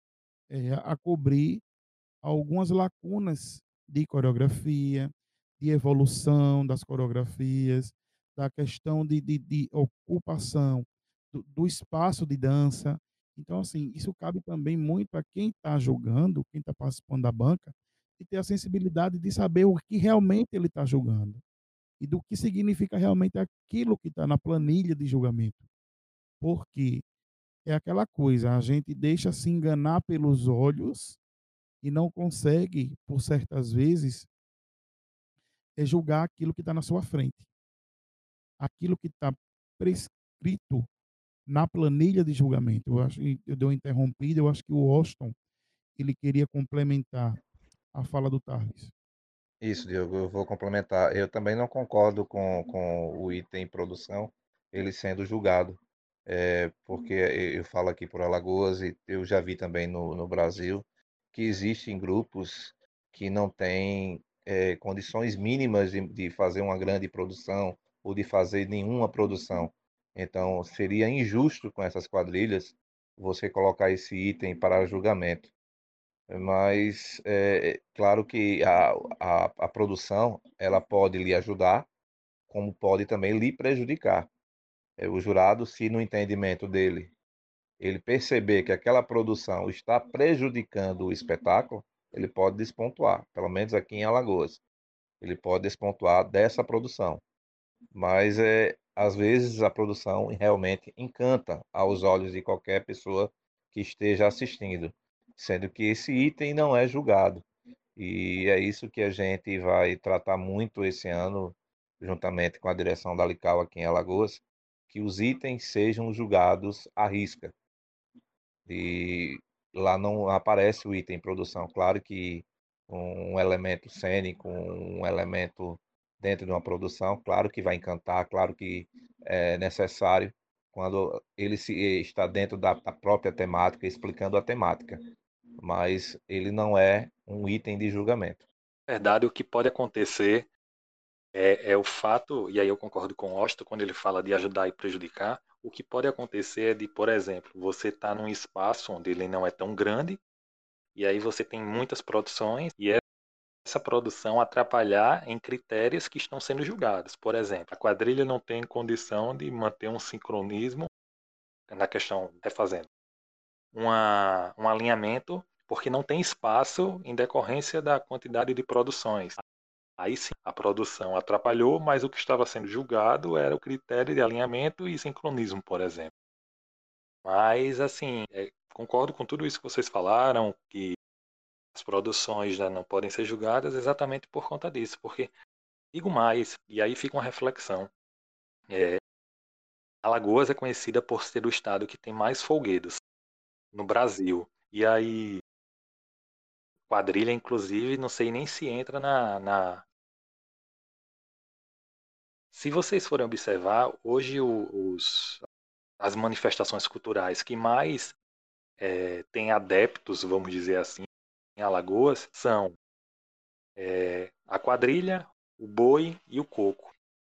a cobrir algumas lacunas de coreografia, de evolução das coreografias, da questão de ocupação do espaço de dança. Então, assim, isso cabe também muito a quem está julgando, quem está participando da banca, e ter a sensibilidade de saber o que realmente ele está julgando e do que significa realmente aquilo que está na planilha de julgamento. Porque é aquela coisa, a gente deixa se enganar pelos olhos e não consegue, por certas vezes, julgar aquilo que está na sua frente. Aquilo que está prescrito na planilha de julgamento. Eu acho, eu dei uma interrompida, eu acho que o Washington, ele queria complementar a fala do Thales.
Isso, Diogo, eu vou complementar. Eu também não concordo com o item produção, ele sendo julgado, porque eu falo aqui por Alagoas e eu já vi também no Brasil que existem grupos que não têm condições mínimas de fazer uma grande produção ou de fazer nenhuma produção. Então, seria injusto com essas quadrilhas você colocar esse item para julgamento. Mas é claro que a produção ela pode lhe ajudar, como pode também lhe prejudicar. O jurado, se no entendimento dele ele perceber que aquela produção está prejudicando o espetáculo, ele pode despontuar, pelo menos aqui em Alagoas. Ele pode despontuar dessa produção. Mas às vezes a produção realmente encanta aos olhos de qualquer pessoa que esteja assistindo, sendo que esse item não é julgado. E é isso que a gente vai tratar muito esse ano, juntamente com a direção da Lical aqui em Alagoas, que os itens sejam julgados à risca. E lá não aparece o item produção. Claro que um elemento cênico, um elemento dentro de uma produção, claro que vai encantar, claro que é necessário quando ele está dentro da própria temática, explicando a temática, mas ele não é um item de julgamento.
Na verdade, o que pode acontecer é o fato, e aí eu concordo com o Austin quando ele fala de ajudar e prejudicar, o que pode acontecer é de, por exemplo, você está num espaço onde ele não é tão grande, e aí você tem muitas produções, e essa produção atrapalhar em critérios que estão sendo julgados. Por exemplo, a quadrilha não tem condição de manter um sincronismo na questão, refazendo, um alinhamento, porque não tem espaço em decorrência da quantidade de produções. Aí sim, a produção atrapalhou, mas o que estava sendo julgado era o critério de alinhamento e sincronismo, por exemplo. Mas, assim, concordo com tudo isso que vocês falaram, que as produções já não podem ser julgadas exatamente por conta disso, porque, digo mais, e aí fica uma reflexão, Alagoas é conhecida por ser o estado que tem mais folguedos no Brasil, e aí quadrilha, inclusive, não sei nem se entra Se vocês forem observar, hoje as manifestações culturais que mais têm adeptos, vamos dizer assim, em Alagoas, são a quadrilha, o boi e o coco.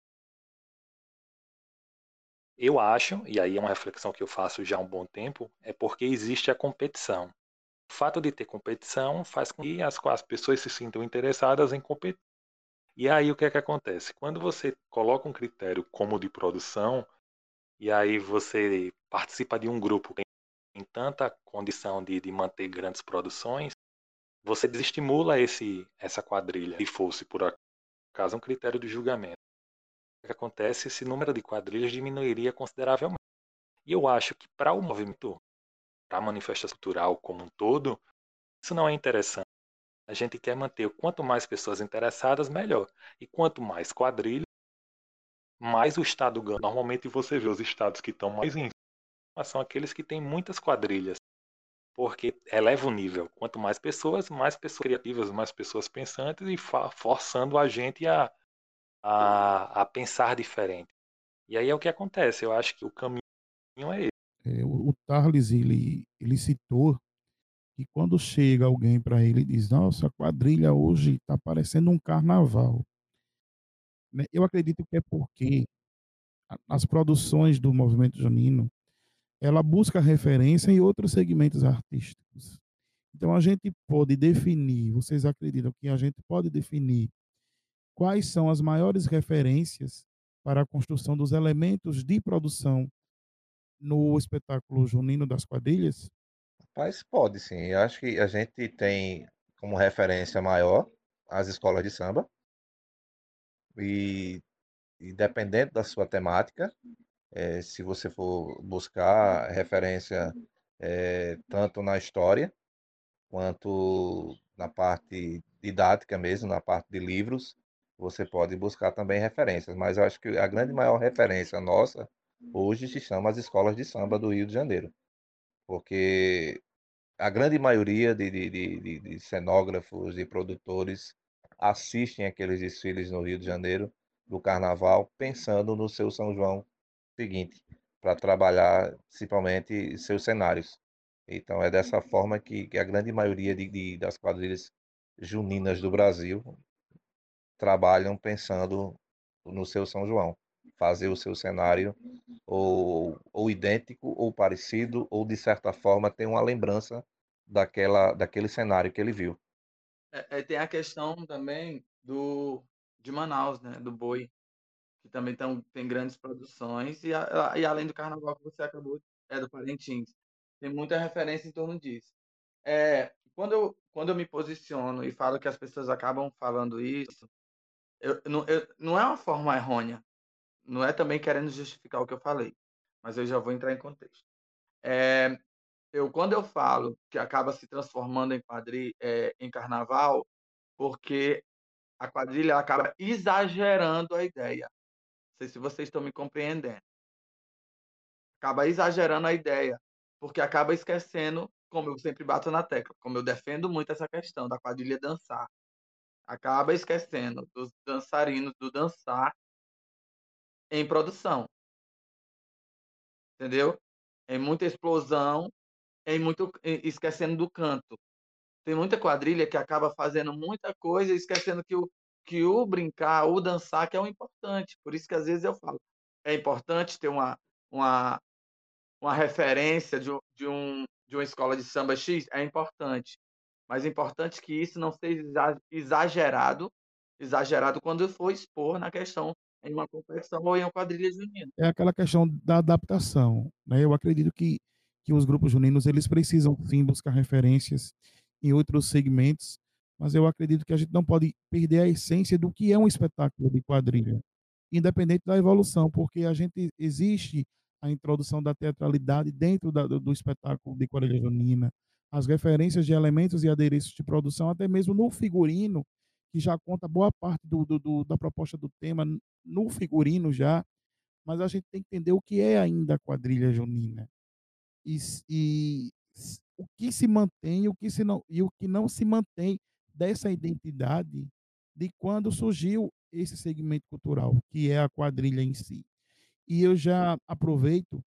Eu acho, e aí é uma reflexão que eu faço já há um bom tempo, é porque existe a competição. O fato de ter competição faz com que as pessoas se sintam interessadas em competir. E aí o que é que acontece? Quando você coloca um critério como de produção, e aí você participa de um grupo que tem tanta condição de manter grandes produções, você desestimula essa quadrilha. Se fosse, por acaso, um critério de julgamento. O que acontece? Esse número de quadrilhas diminuiria consideravelmente. E eu acho que para o movimento, para a manifestação cultural como um todo, isso não é interessante. A gente quer manter quanto mais pessoas interessadas, melhor. E quanto mais quadrilhas, mais o Estado ganha. Normalmente você vê os estados que estão mais em são aqueles que têm muitas quadrilhas, porque eleva o nível. Quanto mais pessoas criativas, mais pessoas pensantes e forçando a gente a pensar diferente. E aí é o que acontece. Eu acho que o caminho é esse.
O Tarles, ele citou que quando chega alguém para ele e diz, nossa, a quadrilha hoje está parecendo um carnaval. Né? Eu acredito que é porque as produções do movimento junino, ela busca referência em outros segmentos artísticos. Então a gente pode definir, vocês acreditam que a gente pode definir quais são as maiores referências para a construção dos elementos de produção no espetáculo junino das quadrilhas?
Mas pode sim. Eu acho que a gente tem como referência maior as escolas de samba e, e dependendo da sua temática, se você for buscar referência tanto na história quanto na parte didática mesmo, na parte de livros, você pode buscar também referências. Mas eu acho que a grande maior referência nossa hoje se chama as escolas de samba do Rio de Janeiro, porque a grande maioria de cenógrafos e produtores assistem aqueles desfiles no Rio de Janeiro do Carnaval pensando no seu São João seguinte, para trabalhar principalmente seus cenários. Então é dessa forma que a grande maioria das quadrilhas juninas do Brasil trabalham pensando no seu São João, fazer o seu cenário ou idêntico, ou parecido, ou de certa forma ter uma lembrança daquele cenário que ele viu.
Tem a questão também de Manaus, né? Do boi, que também tem grandes produções, e além do carnaval que você acabou, do Parintins. Tem muita referência em torno disso. Quando eu me posiciono e falo que as pessoas acabam falando isso, não é uma forma errônea, não é também querendo justificar o que eu falei, mas eu já vou entrar em contexto. Quando eu falo que acaba se transformando em carnaval, porque a quadrilha acaba exagerando a ideia. Não sei se vocês estão me compreendendo. Acaba exagerando a ideia, porque acaba esquecendo, como eu sempre bato na tecla, como eu defendo muito essa questão da quadrilha dançar. Acaba esquecendo dos dançarinos, do dançar em produção, entendeu? Em muita explosão, esquecendo do canto. Tem muita quadrilha que acaba fazendo muita coisa e esquecendo que o brincar, o dançar, que é o importante. Por isso que às vezes eu falo, é importante ter uma, uma referência de uma escola de samba X, é importante. Mas é importante que isso não seja exagerado quando for expor na questão em uma competição ou em uma quadrilha junina.
É aquela questão da adaptação, né? Eu acredito que os grupos juninos, eles precisam sim buscar referências em outros segmentos, mas eu acredito que a gente não pode perder a essência do que é um espetáculo de quadrilha, independente da evolução, porque a gente existe a introdução da teatralidade dentro do espetáculo de quadrilha junina, as referências de elementos e adereços de produção, até mesmo no figurino, que já conta boa parte da proposta do tema no figurino já, mas a gente tem que entender o que é ainda a quadrilha junina o que se mantém e o que não se mantém dessa identidade de quando surgiu esse segmento cultural, que é a quadrilha em si. E eu já aproveito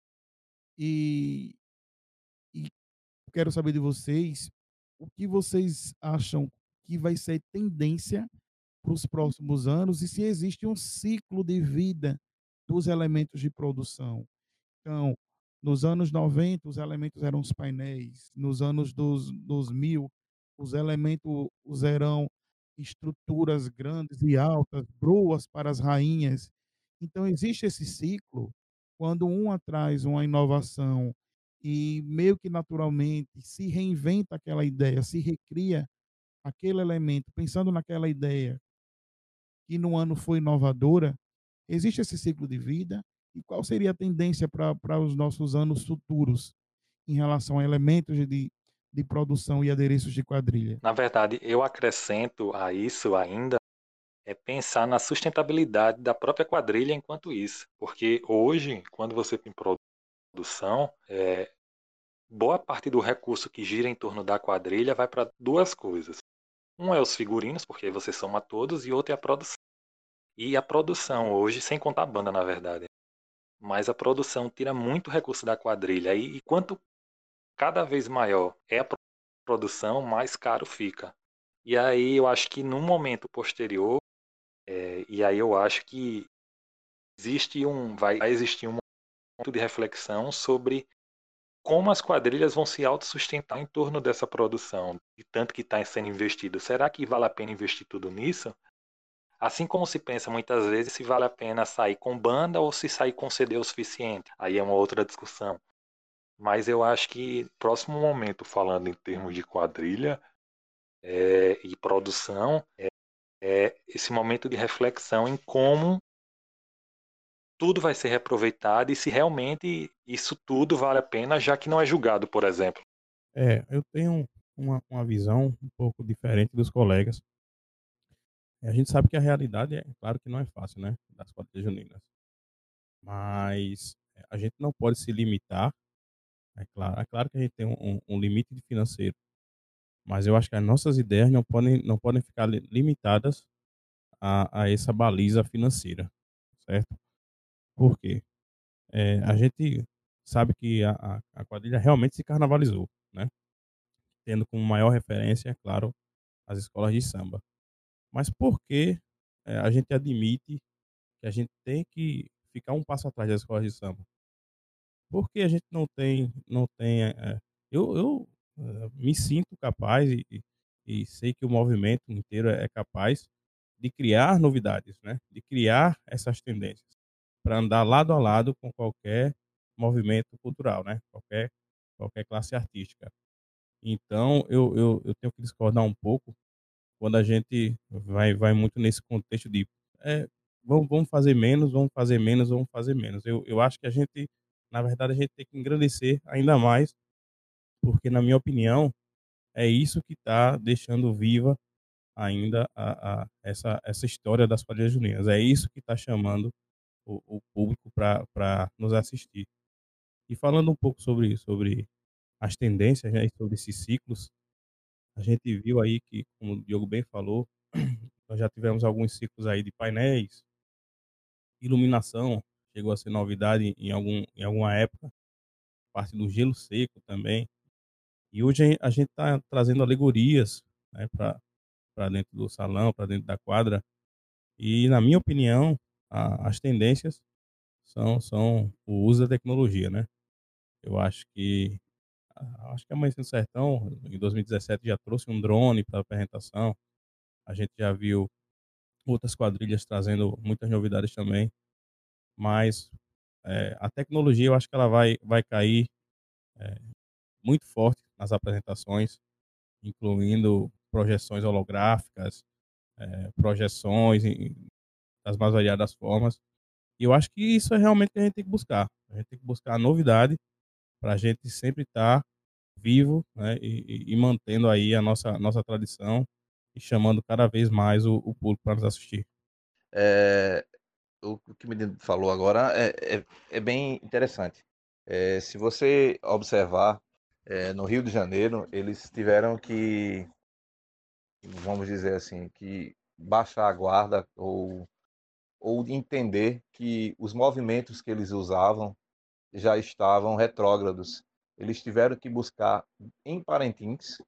e, e quero saber de vocês o que vocês acham que vai ser tendência para os próximos anos e se existe um ciclo de vida dos elementos de produção. Então, nos anos 90, os elementos eram os painéis. Nos anos 2000, os elementos eram estruturas grandes e altas, broas para as rainhas. Então, existe esse ciclo, quando um traz uma inovação e meio que naturalmente se reinventa aquela ideia, se recria aquele elemento, pensando naquela ideia que no ano foi inovadora, existe esse ciclo de vida? E qual seria a tendência para os nossos anos futuros em relação a elementos de produção e adereços de quadrilha?
Na verdade, eu acrescento a isso ainda pensar na sustentabilidade da própria quadrilha enquanto isso. Porque hoje, quando você tem produção, boa parte do recurso que gira em torno da quadrilha vai para duas coisas. Um é os figurinos, porque você soma todos, e outro é a produção. E a produção hoje, sem contar a banda, na verdade, mas a produção tira muito recurso da quadrilha. E quanto cada vez maior é a produção, mais caro fica. E aí eu acho que no momento posterior, e aí eu acho que vai existir um momento de reflexão sobre como as quadrilhas vão se autossustentar em torno dessa produção, de tanto que está sendo investido. Será que vale a pena investir tudo nisso? Assim como se pensa muitas vezes se vale a pena sair com banda ou se sair com CD é o suficiente. Aí é uma outra discussão. Mas eu acho que próximo momento, falando em termos de quadrilha e produção, é esse momento de reflexão em como tudo vai ser reaproveitado e se realmente isso tudo vale a pena, já que não é julgado, por exemplo.
Eu tenho uma visão um pouco diferente dos colegas. A gente sabe que a realidade é, claro que não é fácil, né, das quadrilhas juninas. Mas a gente não pode se limitar. É claro que a gente tem um limite de financeiro, mas eu acho que as nossas ideias não podem ficar limitadas a essa baliza financeira, certo? Por quê? A gente sabe que a quadrilha realmente se carnavalizou, né? Tendo como maior referência, é claro, as escolas de samba. Mas por que a gente admite que a gente tem que ficar um passo atrás das escolas de samba? Por que a gente não tem me sinto capaz e sei que o movimento inteiro é capaz de criar novidades, né? De criar essas tendências para andar lado a lado com qualquer movimento cultural, né? Qualquer classe artística. Então, eu tenho que discordar um pouco quando a gente vai muito nesse contexto de é, vamos fazer menos, vamos fazer menos, vamos fazer menos. Eu acho que na verdade, a gente tem que engrandecer ainda mais, porque, na minha opinião, é isso que está deixando viva ainda essa história das quadrilhas juninas. É isso que está chamando o público para nos assistir. E falando um pouco sobre as tendências, né, e sobre esses ciclos, a gente viu aí que, como o Diogo bem falou, nós já tivemos alguns ciclos aí de painéis, iluminação, chegou a ser novidade em alguma época, parte do gelo seco também. E hoje a gente está trazendo alegorias, né, para dentro do salão, para dentro da quadra. E, na minha opinião, as tendências são o uso da tecnologia, né? Eu acho que a Amanhecer no Sertão, em 2017, já trouxe um drone para apresentação. A gente já viu outras quadrilhas trazendo muitas novidades também. Mas a tecnologia, eu acho que ela vai cair é, muito forte nas apresentações, incluindo projeções holográficas, projeções das mais variadas formas. E eu acho que isso é realmente o que a gente tem que buscar. A gente tem que buscar a novidade para a gente sempre estar vivo, né, e mantendo aí a nossa tradição e chamando cada vez mais o público para nos assistir.
É, o que o menino falou agora é bem interessante. Se você observar, no Rio de Janeiro, eles tiveram que, vamos dizer assim, que baixar a guarda ou entender que os movimentos que eles usavam já estavam retrógrados. Eles tiveram que buscar em Parintins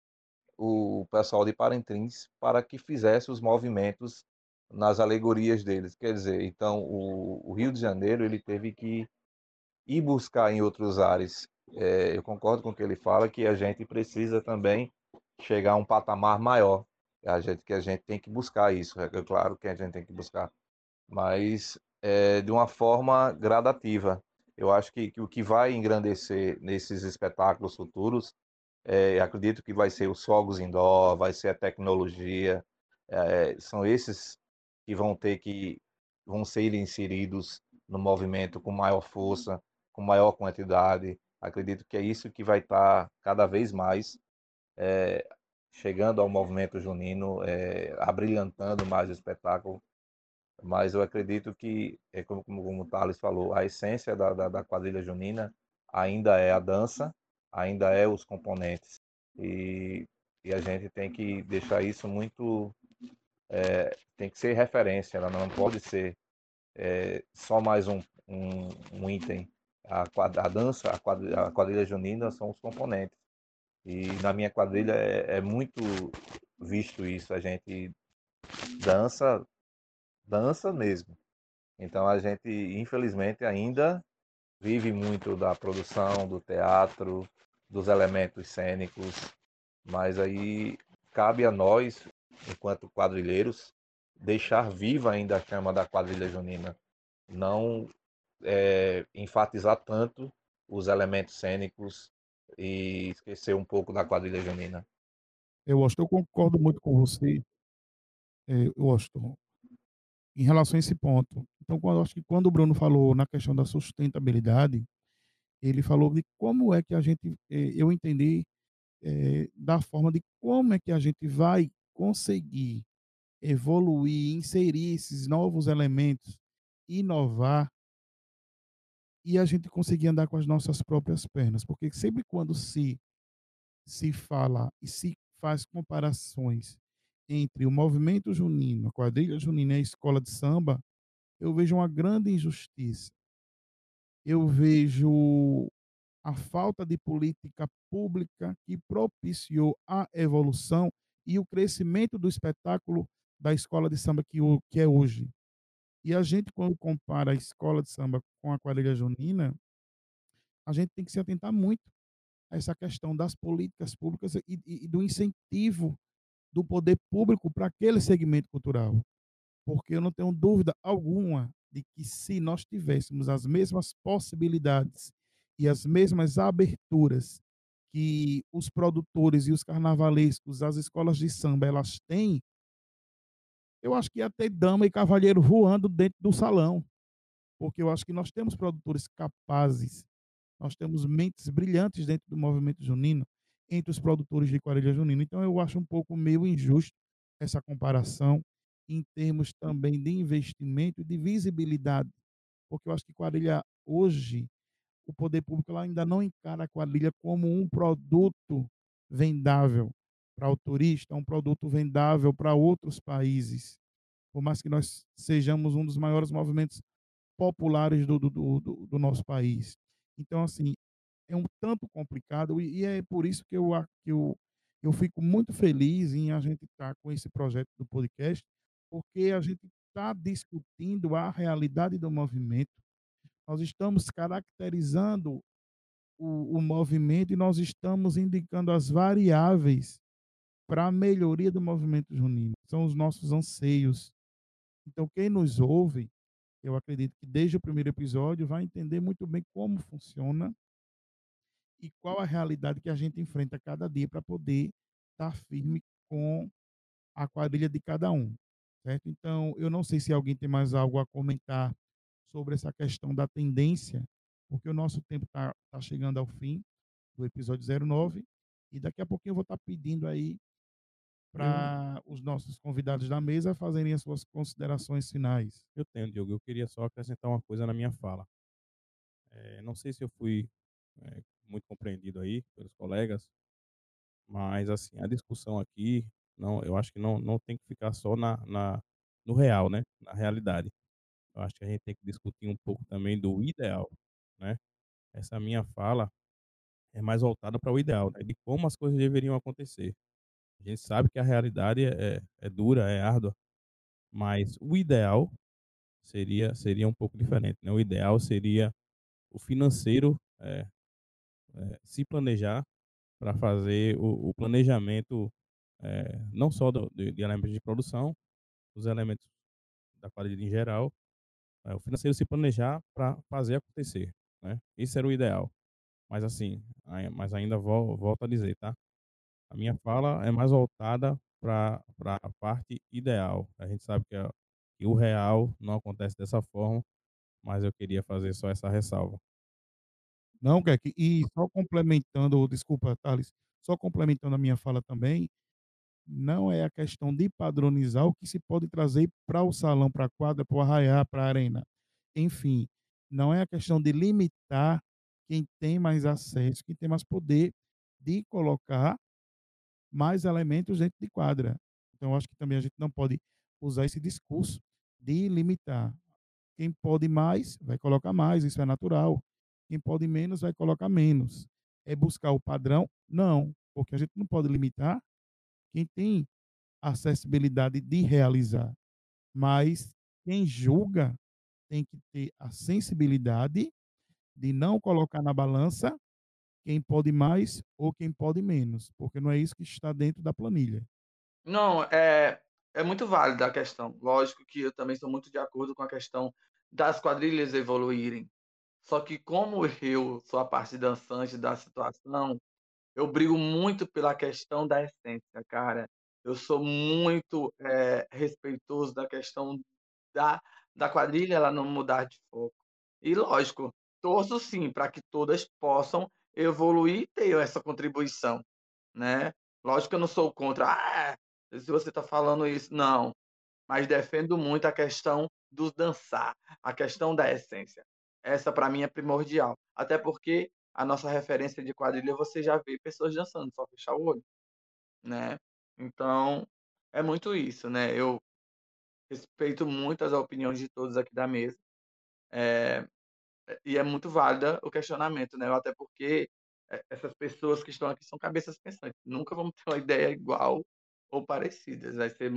o pessoal de Parintins para que fizesse os movimentos nas alegorias deles. Quer dizer, então o Rio de Janeiro ele teve que ir buscar em outros ares. Eu concordo com o que ele fala, que a gente precisa também chegar a um patamar maior. Que a gente tem que buscar isso. É claro que a gente tem que buscar, mas de uma forma gradativa. Eu acho que o que vai engrandecer nesses espetáculos futuros, acredito que vai ser os fogos indoor, vai ser a tecnologia, são esses que vão ser inseridos no movimento com maior força, com maior quantidade. Acredito que é isso que vai estar cada vez mais é, chegando ao movimento junino, abrilhantando mais o espetáculo. Mas eu acredito que, como o Thales falou, a essência da quadrilha junina ainda é a dança, ainda é os componentes. E, e a gente tem que deixar isso muito tem que ser referência, ela não pode ser só mais um item. A dança, a quadrilha junina são os componentes. E na minha quadrilha é muito visto isso, a gente dança, dança mesmo. Então a gente, infelizmente, ainda vive muito da produção, do teatro, dos elementos cênicos, mas aí cabe a nós, enquanto quadrilheiros, deixar viva ainda a chama da quadrilha junina, não enfatizar tanto os elementos cênicos e esquecer um pouco da quadrilha junina.
Eu acho que eu concordo muito com você, Washington, em relação a esse ponto. Então, eu acho que quando o Bruno falou na questão da sustentabilidade, ele falou de como é que a gente, eu entendi da forma de como é que a gente vai conseguir evoluir, inserir esses novos elementos, inovar e a gente conseguir andar com as nossas próprias pernas, porque sempre quando se fala e se faz comparações entre o movimento junino, a quadrilha junina e a escola de samba, eu vejo uma grande injustiça. Eu vejo a falta de política pública que propiciou a evolução e o crescimento do espetáculo da escola de samba que é hoje. E a gente, quando compara a escola de samba com a quadrilha junina, a gente tem que se atentar muito a essa questão das políticas públicas e do incentivo do poder público para aquele segmento cultural. Porque eu não tenho dúvida alguma de que se nós tivéssemos as mesmas possibilidades e as mesmas aberturas que os produtores e os carnavalescos, as escolas de samba, elas têm, eu acho que ia ter dama e cavalheiro voando dentro do salão, porque eu acho que nós temos produtores capazes, nós temos mentes brilhantes dentro do movimento junino, entre os produtores de quadrilha junina. Então eu acho um pouco meio injusto essa comparação em termos também de investimento e de visibilidade, porque eu acho que quadrilha hoje, o poder público ainda não encara a quadrilha como um produto vendável para o turista, um produto vendável para outros países. Por mais que nós sejamos um dos maiores movimentos populares do nosso país. Então, assim, é um tanto complicado e é por isso que eu fico muito feliz em a gente estar com esse projeto do podcast, porque a gente está discutindo a realidade do movimento, nós estamos caracterizando o movimento e nós estamos indicando as variáveis para a melhoria do movimento junino. São os nossos anseios. Então, quem nos ouve, eu acredito que desde o primeiro episódio vai entender muito bem como funciona e qual a realidade que a gente enfrenta cada dia para poder estar firme com a quadrilha de cada um, certo? Então, eu não sei se alguém tem mais algo a comentar sobre essa questão da tendência, porque o nosso tempo tá chegando ao fim do episódio 09 e daqui a pouquinho eu vou estar pedindo aí
Eu,
para os nossos convidados da mesa fazerem as suas considerações finais.
eu tenho, Diogo. Eu queria só acrescentar uma coisa na minha fala. Não sei se eu fui muito compreendido aí pelos colegas, mas assim, a discussão aqui, não, eu acho que não tem que ficar só no real, né? Na realidade. Eu acho que a gente tem que discutir um pouco também do ideal, né? Essa minha fala é mais voltada para o ideal, né? De como as coisas deveriam acontecer. A gente sabe que a realidade é dura, é árdua, mas o ideal seria um pouco diferente, né? O ideal seria o financeiro se planejar para fazer o planejamento não só de elementos de produção, os elementos da qualidade em geral, o financeiro se planejar para fazer acontecer, né? Esse era o ideal. Mas assim, mas ainda volto a dizer, tá? A minha fala é mais voltada para a parte ideal. A gente sabe que o real não acontece dessa forma, mas eu queria fazer só essa ressalva.
Não, Keck, e só complementando, desculpa, Thales, só complementando a minha fala também, não é a questão de padronizar o que se pode trazer para o salão, para a quadra, para o arraiá, para a arena. Enfim, não é a questão de limitar quem tem mais acesso, quem tem mais poder de colocar mais elementos dentro de quadra. Então, eu acho que também a gente não pode usar esse discurso de limitar. Quem pode mais, vai colocar mais, isso é natural. Quem pode menos, vai colocar menos. É buscar o padrão? Não, porque a gente não pode limitar quem tem acessibilidade de realizar, mas quem julga tem que ter a sensibilidade de não colocar na balança quem pode mais ou quem pode menos, porque não é isso que está dentro da planilha.
Não, é muito válida a questão. Lógico que eu também sou muito de acordo com a questão das quadrilhas evoluírem. Só que como eu sou a parte dançante da situação, eu brigo muito pela questão da essência, cara. Eu sou muito respeitoso da questão da, da quadrilha ela não mudar de foco. E lógico, torço sim para que todas possam evoluir e ter essa contribuição, né? Lógico que eu não sou contra, se você está falando isso, não, mas defendo muito a questão do dançar, a questão da essência. Essa para mim é primordial, até porque a nossa referência de quadrilha você já vê pessoas dançando, só fechar o olho, né? Então, é muito isso, né? Eu respeito muito as opiniões de todos aqui da mesa, é, e é muito válida o questionamento, né? Até porque essas pessoas que estão aqui são cabeças pensantes. Nunca vamos ter uma ideia igual ou parecidas. Vai ser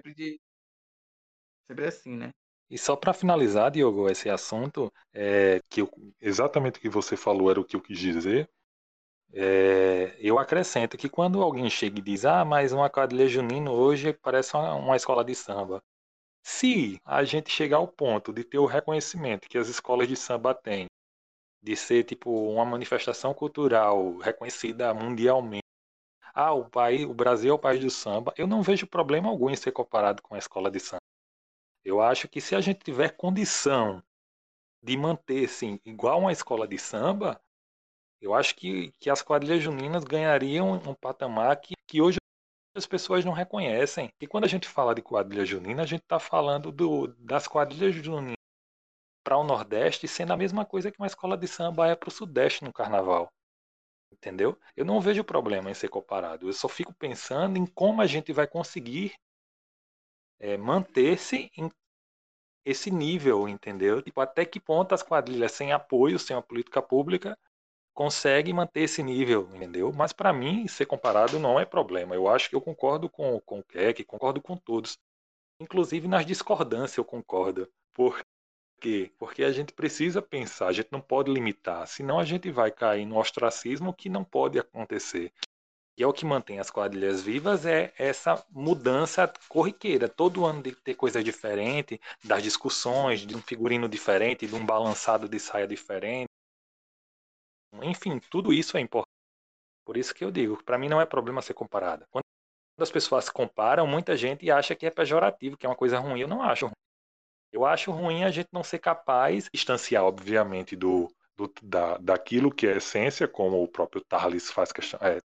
sempre assim, né?
E só para finalizar, Diogo, esse assunto, exatamente o que você falou era o que eu quis dizer. Eu acrescento que quando alguém chega e diz, mas uma quadrilha junina hoje parece uma escola de samba. Se a gente chegar ao ponto de ter o reconhecimento que as escolas de samba têm, de ser tipo uma manifestação cultural reconhecida mundialmente, o Brasil é o país do samba, eu não vejo problema algum em ser comparado com a escola de samba. Eu acho que se a gente tiver condição de manter assim, igual uma escola de samba, eu acho que as quadrilhas juninas ganhariam um patamar que hoje as pessoas não reconhecem. E quando a gente fala de quadrilha junina, a gente está falando das quadrilhas juninas para o Nordeste sendo a mesma coisa que uma escola de samba é para o Sudeste no Carnaval. Entendeu? Eu não vejo problema em ser comparado. Eu só fico pensando em como a gente vai conseguir manter-se em esse nível, entendeu? Tipo, até que ponto as quadrilhas sem apoio, sem uma política pública, conseguem manter esse nível, entendeu? Mas para mim, ser comparado não é problema. Eu acho que eu concordo com o Keck, concordo com todos. Inclusive nas discordâncias eu concordo. Por quê? Porque a gente precisa pensar, a gente não pode limitar, senão a gente vai cair no ostracismo que não pode acontecer. E é o que mantém as quadrilhas vivas é essa mudança corriqueira. Todo ano de ter coisas diferentes, das discussões, de um figurino diferente, de um balançado de saia diferente. Enfim, tudo isso é importante. Por isso que eu digo, para mim não é problema ser comparada. Quando as pessoas se comparam, muita gente acha que é pejorativo, que é uma coisa ruim. Eu não acho ruim. Eu acho ruim a gente não ser capaz de distanciar, obviamente, daquilo que é essência, como o próprio Tarlis faz questão,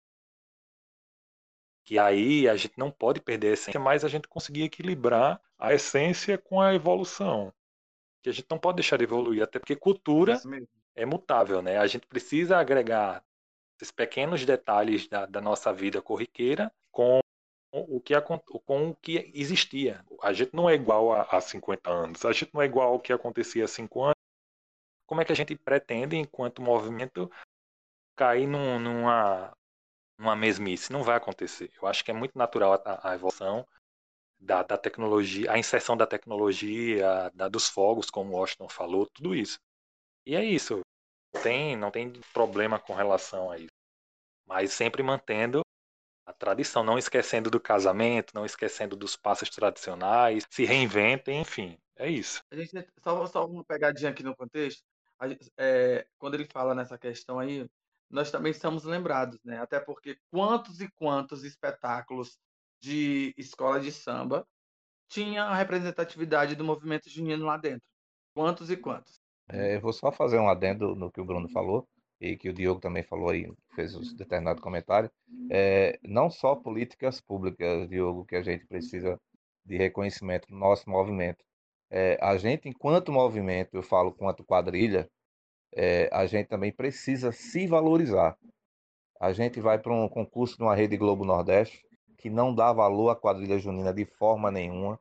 que aí a gente não pode perder a essência, mas a gente conseguir equilibrar a essência com a evolução. Que a gente não pode deixar de evoluir, até porque cultura
Isso mesmo.
é mutável, né? A gente precisa agregar esses pequenos detalhes da nossa vida corriqueira com o que existia. A gente não é igual a 50 anos, a gente não é igual ao que acontecia há 5 anos. Como é que a gente pretende, enquanto movimento, cair numa mesmice? Não vai acontecer. Eu acho que é muito natural a evolução da tecnologia, a inserção da tecnologia, dos fogos, como o Washington falou, tudo isso. E é isso. Não tem problema com relação a isso. Mas sempre mantendo a tradição, não esquecendo do casamento, não esquecendo dos passos tradicionais, se reinventem, enfim. É isso.
A gente só uma pegadinha aqui no contexto. Quando ele fala nessa questão aí, nós também estamos lembrados, né? Até porque quantos e quantos espetáculos de escola de samba tinha a representatividade do movimento junino lá dentro? Quantos e quantos?
Eu vou só fazer um adendo no que o Bruno falou e que o Diogo também falou aí, fez um determinado comentário. Não só políticas públicas, Diogo, que a gente precisa de reconhecimento do nosso movimento. A gente, enquanto movimento, eu falo quanto quadrilha, a gente também precisa se valorizar. A gente vai para um concurso numa Rede Globo Nordeste que não dá valor à quadrilha junina de forma nenhuma.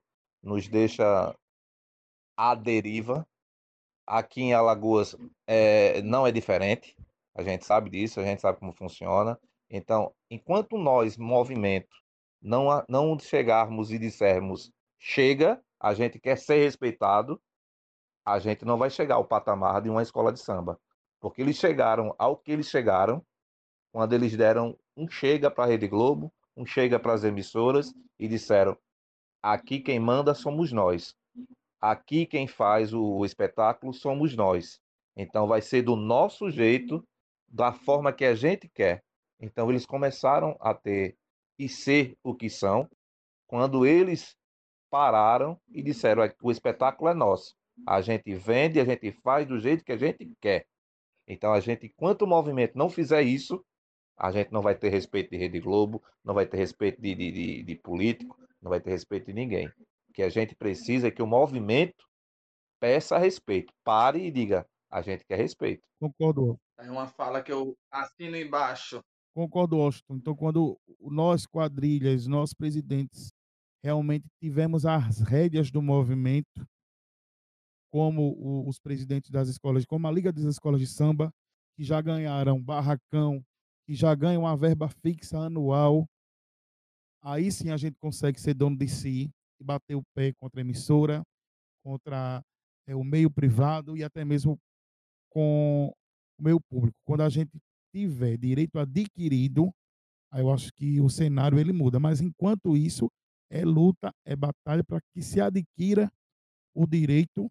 nos deixa à deriva. Aqui em Alagoas não é diferente, a gente sabe disso, a gente sabe como funciona. Então, enquanto nós, movimento, não chegarmos e dissermos chega, a gente quer ser respeitado, a gente não vai chegar ao patamar de uma escola de samba. Porque eles chegaram ao que eles chegaram quando eles deram um chega para a Rede Globo, um chega para as emissoras e disseram: aqui quem manda somos nós. Aqui quem faz o espetáculo somos nós. Então vai ser do nosso jeito, da forma que a gente quer. Então eles começaram a ter e ser o que são quando eles pararam e disseram: o espetáculo é nosso. A gente vende, a gente faz do jeito que a gente quer. Então a gente, enquanto o movimento não fizer isso, a gente não vai ter respeito de Rede Globo, não vai ter respeito de político, não vai ter respeito de ninguém. O que a gente precisa é que o movimento peça respeito. Pare e diga: a gente quer respeito.
Concordo,
É uma fala que eu assino embaixo.
concordo, Washington. Então, quando nós, quadrilhas, nós presidentes, realmente tivemos as rédeas do movimento, como os presidentes das escolas, como a Liga das Escolas de Samba, que já ganharam barracão, que já ganham uma verba fixa anual, aí sim a gente consegue ser dono de si e bater o pé contra a emissora, contra o meio privado e até mesmo com o meio público. Quando a gente tiver direito adquirido, aí eu acho que o cenário ele muda. Mas enquanto isso, é luta, é batalha para que se adquira o direito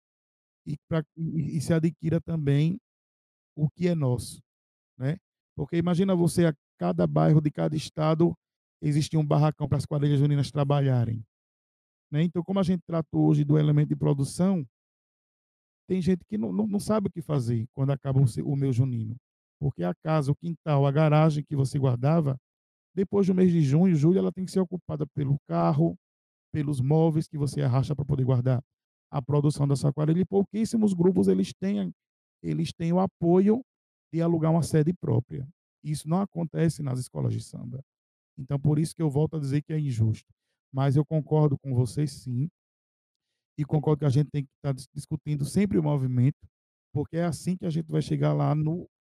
e se adquira também o que é nosso, né? Porque imagina você, a cada bairro de cada estado existe um barracão para as quadrilhas juninas trabalharem, né? Então, como a gente trata hoje do elemento de produção, tem gente que não sabe o que fazer quando acaba o meu junino. Porque a casa, o quintal, a garagem que você guardava, depois do mês de junho, julho, ela tem que ser ocupada pelo carro, pelos móveis que você arrasta para poder guardar a produção da sua quadrilha. E pouquíssimos grupos eles têm o apoio de alugar uma sede própria. Isso não acontece nas escolas de samba. Então, por isso que eu volto a dizer que é injusto. Mas eu concordo com vocês, sim, e concordo que a gente tem que estar discutindo sempre o movimento, porque é assim que a gente vai chegar lá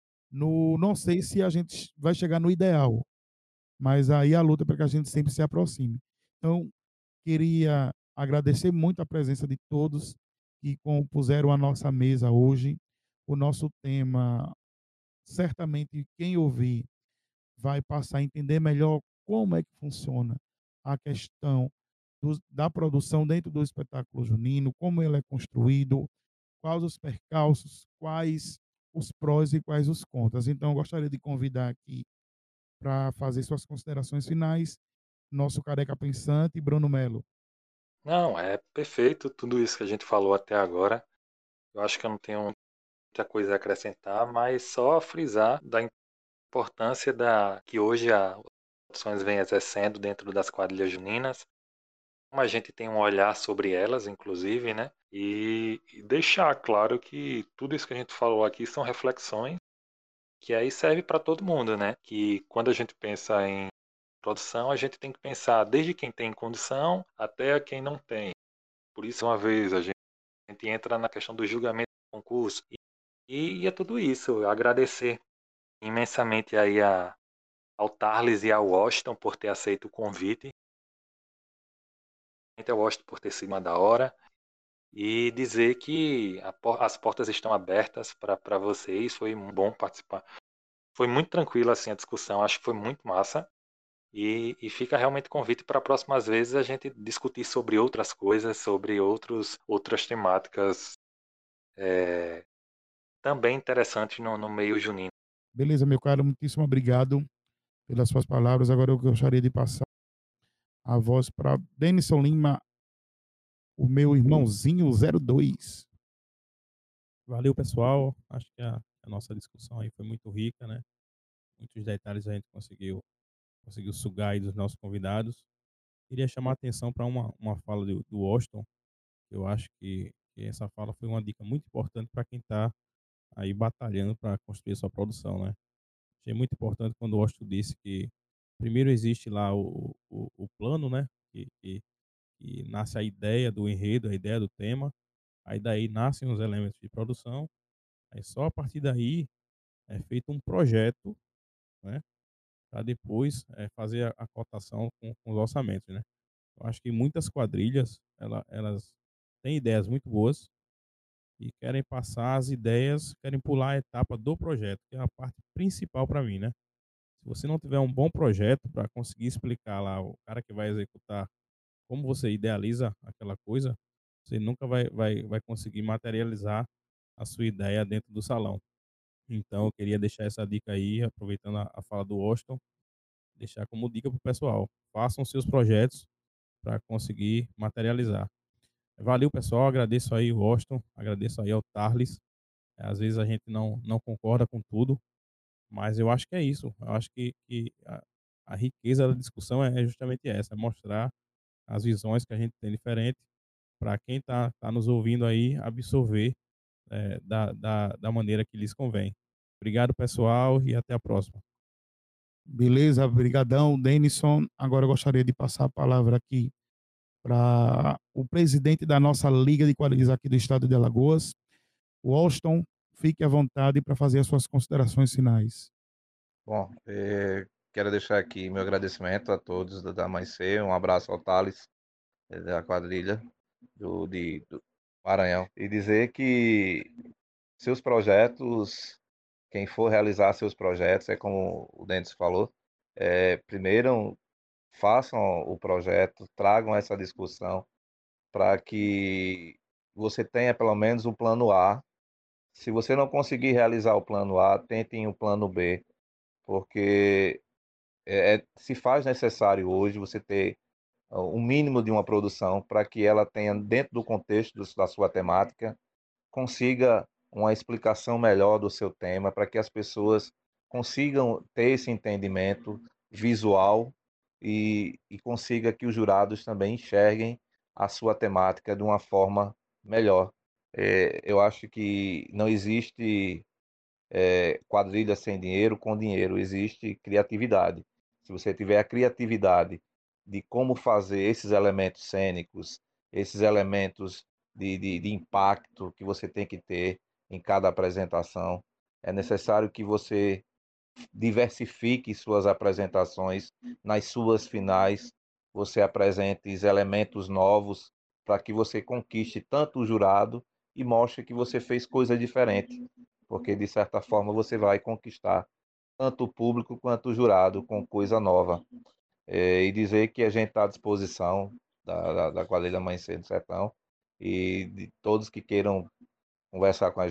não sei se a gente vai chegar no ideal, mas aí a luta é para que a gente sempre se aproxime. Então, queria agradecer muito a presença de todos que compuseram a nossa mesa hoje. O nosso tema, certamente, quem ouvir vai passar a entender melhor como é que funciona a questão da produção dentro do espetáculo junino, como ele é construído, quais os percalços, quais os prós e quais os contras. Então, eu gostaria de convidar aqui para fazer suas considerações finais, nosso careca pensante, Bruno Melo.
Não, é perfeito tudo isso que a gente falou até agora. Eu acho que eu não tenho muita coisa a acrescentar, mas só frisar da importância que hoje as opções vem exercendo dentro das quadrilhas juninas, como a gente tem um olhar sobre elas, inclusive, né? E deixar claro que tudo isso que a gente falou aqui são reflexões que aí serve para todo mundo, né? Que quando a gente pensa em produção, a gente tem que pensar desde quem tem condição até quem não tem. Por isso, uma vez, a gente entra na questão do julgamento do concurso. E é tudo isso. Agradecer imensamente aí ao Tarles e ao Washington por ter aceito o convite. Ao Washington por ter sido uma da hora. E dizer que as portas estão abertas para vocês. Foi bom participar. Foi muito tranquila assim, a discussão. Acho que foi muito massa. E fica realmente convite para próximas vezes a gente discutir sobre outras coisas, sobre outras temáticas também interessantes no meio junino.
Beleza, meu caro, muitíssimo obrigado pelas suas palavras. Agora eu gostaria de passar a voz para Denison Lima, o meu irmãozinho 02.
Valeu, pessoal. Acho que a nossa discussão aí foi muito rica, né? Muitos detalhes a gente conseguiu sugar aí dos nossos convidados. Queria chamar a atenção para uma fala do Washington. Eu acho que essa fala foi uma dica muito importante para quem está aí batalhando para construir sua produção, né? Achei muito importante quando o Washington disse que primeiro existe lá o plano, né? Que e nasce a ideia do enredo, a ideia do tema, aí daí nascem os elementos de produção, aí só a partir daí é feito um projeto, né, para depois fazer a cotação com os orçamentos, né. Eu acho que muitas quadrilhas, elas têm ideias muito boas e querem passar as ideias, querem pular a etapa do projeto, que é a parte principal para mim, né. Se você não tiver um bom projeto para conseguir explicar lá o cara que vai executar como você idealiza aquela coisa, você nunca vai conseguir materializar a sua ideia dentro do salão. Então, eu queria deixar essa dica aí, aproveitando a fala do Washington, deixar como dica para o pessoal. Façam seus projetos para conseguir materializar. Valeu, pessoal. Agradeço aí o Washington, agradeço aí ao Tarles. Às vezes a gente não concorda com tudo, mas eu acho que é isso. Eu acho que a riqueza da discussão é justamente essa, é mostrar as visões que a gente tem diferente para quem tá nos ouvindo aí absorver da maneira que lhes convém. Obrigado, pessoal, e até a próxima.
Beleza, brigadão, Denison. Agora eu gostaria de passar a palavra aqui para o presidente da nossa Liga de Quadrilhas aqui do estado de Alagoas, o Austin. Fique à vontade para fazer as suas considerações finais.
Bom, quero deixar aqui meu agradecimento a todos da Mais C, um abraço ao Thales, da quadrilha do Maranhão, e dizer que seus projetos, quem for realizar seus projetos, é como o Dentes falou, primeiro façam o projeto, tragam essa discussão para que você tenha pelo menos o plano A. Se você não conseguir realizar o plano A, tentem o plano B, porque se faz necessário hoje você ter o mínimo de uma produção para que ela tenha, dentro do contexto da sua temática, consiga uma explicação melhor do seu tema, para que as pessoas consigam ter esse entendimento visual e consiga que os jurados também enxerguem a sua temática de uma forma melhor. Eu acho que não existe quadrilha sem dinheiro, com dinheiro, existe criatividade. Se você tiver a criatividade de como fazer esses elementos cênicos, esses elementos de impacto que você tem que ter em cada apresentação, é necessário que você diversifique suas apresentações, nas suas finais, você apresente elementos novos para que você conquiste tanto o jurado e mostre que você fez coisa diferente, porque de certa forma você vai conquistar tanto o público quanto o jurado com coisa nova. E dizer que a gente está à disposição da quadrilha Mãe Cedo Sertão e de todos que queiram conversar com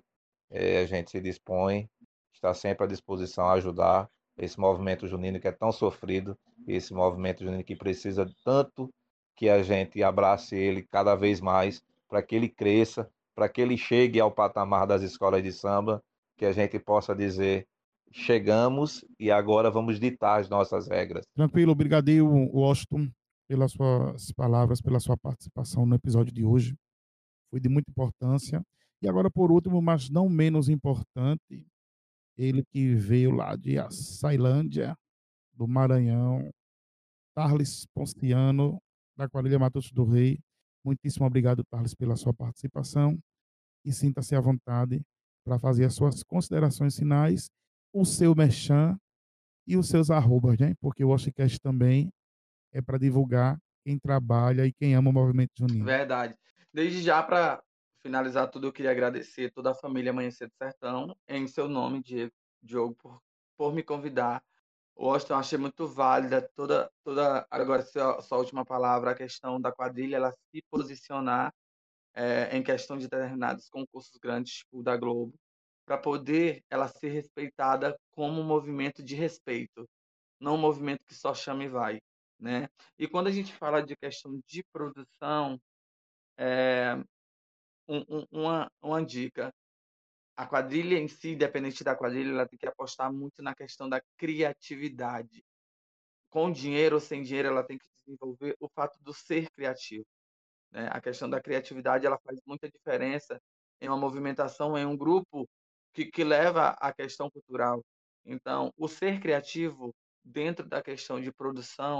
a gente se dispõe, está sempre à disposição a ajudar esse movimento junino que é tão sofrido, esse movimento junino que precisa tanto que a gente abrace ele cada vez mais, para que ele cresça, para que ele chegue ao patamar das escolas de samba, que a gente possa dizer: chegamos e agora vamos ditar as nossas regras.
Tranquilo, obrigado, Washington, pelas suas palavras, pela sua participação no episódio de hoje. Foi de muita importância. E agora, por último, mas não menos importante, ele que veio lá de Açailândia, do Maranhão, Tarles Ponciano, da quadrilha Matos do Rei. Muitíssimo obrigado, Tarles, pela sua participação e sinta-se à vontade para fazer as suas considerações finais, o seu merchan e os seus arrobas, né? Porque o Washcast também é para divulgar quem trabalha e quem ama o movimento junino.
Verdade. Desde já, para finalizar tudo, eu queria agradecer toda a família Amanhecer do Sertão, em seu nome, Diogo, por me convidar. Washington, achei muito válida agora sua última palavra, a questão da quadrilha, ela se posicionar em questão de determinados concursos grandes, tipo o da Globo, para poder ela ser respeitada como um movimento de respeito, não um movimento que só chama e vai, né? E quando a gente fala de questão de produção, uma dica: a quadrilha em si, independente da quadrilha, ela tem que apostar muito na questão da criatividade. Com dinheiro ou sem dinheiro, ela tem que desenvolver o fato do ser criativo, né? A questão da criatividade, ela faz muita diferença em uma movimentação, em um grupo que leva à questão cultural. Então, o ser criativo dentro da questão de produção,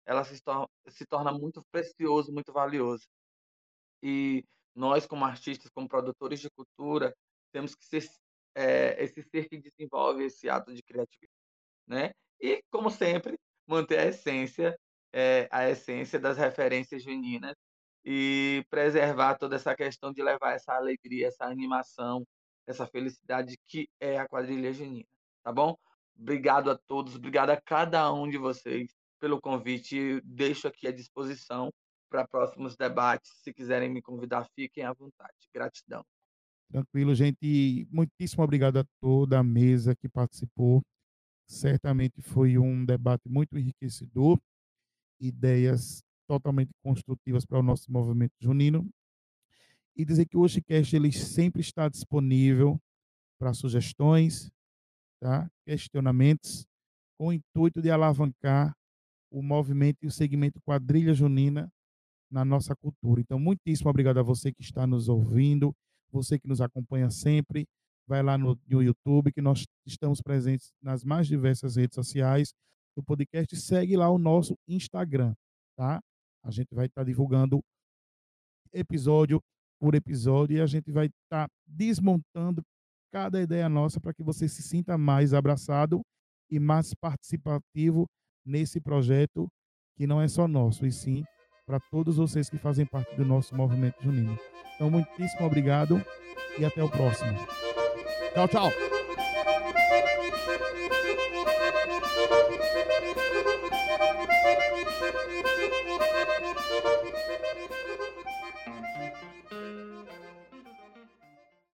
ela se torna muito precioso, muito valioso. E nós, como artistas, como produtores de cultura, temos que ser esse ser que desenvolve esse ato de criatividade, né? E, como sempre, manter a essência das referências juninas e preservar toda essa questão de levar essa alegria, essa animação, essa felicidade que é a quadrilha junina, tá bom? Obrigado a todos, obrigado a cada um de vocês pelo convite. Deixo aqui à disposição para próximos debates. Se quiserem me convidar, fiquem à vontade. Gratidão.
Tranquilo, gente. Muitíssimo obrigado a toda a mesa que participou. Certamente foi um debate muito enriquecedor, ideias totalmente construtivas para o nosso movimento junino. E dizer que o Hoxicast ele sempre está disponível para sugestões, tá? Questionamentos, com o intuito de alavancar o movimento e o segmento quadrilha junina na nossa cultura. Então, muitíssimo obrigado a você que está nos ouvindo, você que nos acompanha sempre. Vai lá no YouTube, que nós estamos presentes nas mais diversas redes sociais do podcast. Segue lá o nosso Instagram, tá? A gente vai estar divulgando episódio por episódio e a gente vai estar desmontando cada ideia nossa para que você se sinta mais abraçado e mais participativo nesse projeto que não é só nosso, e sim para todos vocês que fazem parte do nosso movimento junino. Então, muitíssimo obrigado e até o próximo. Tchau, tchau.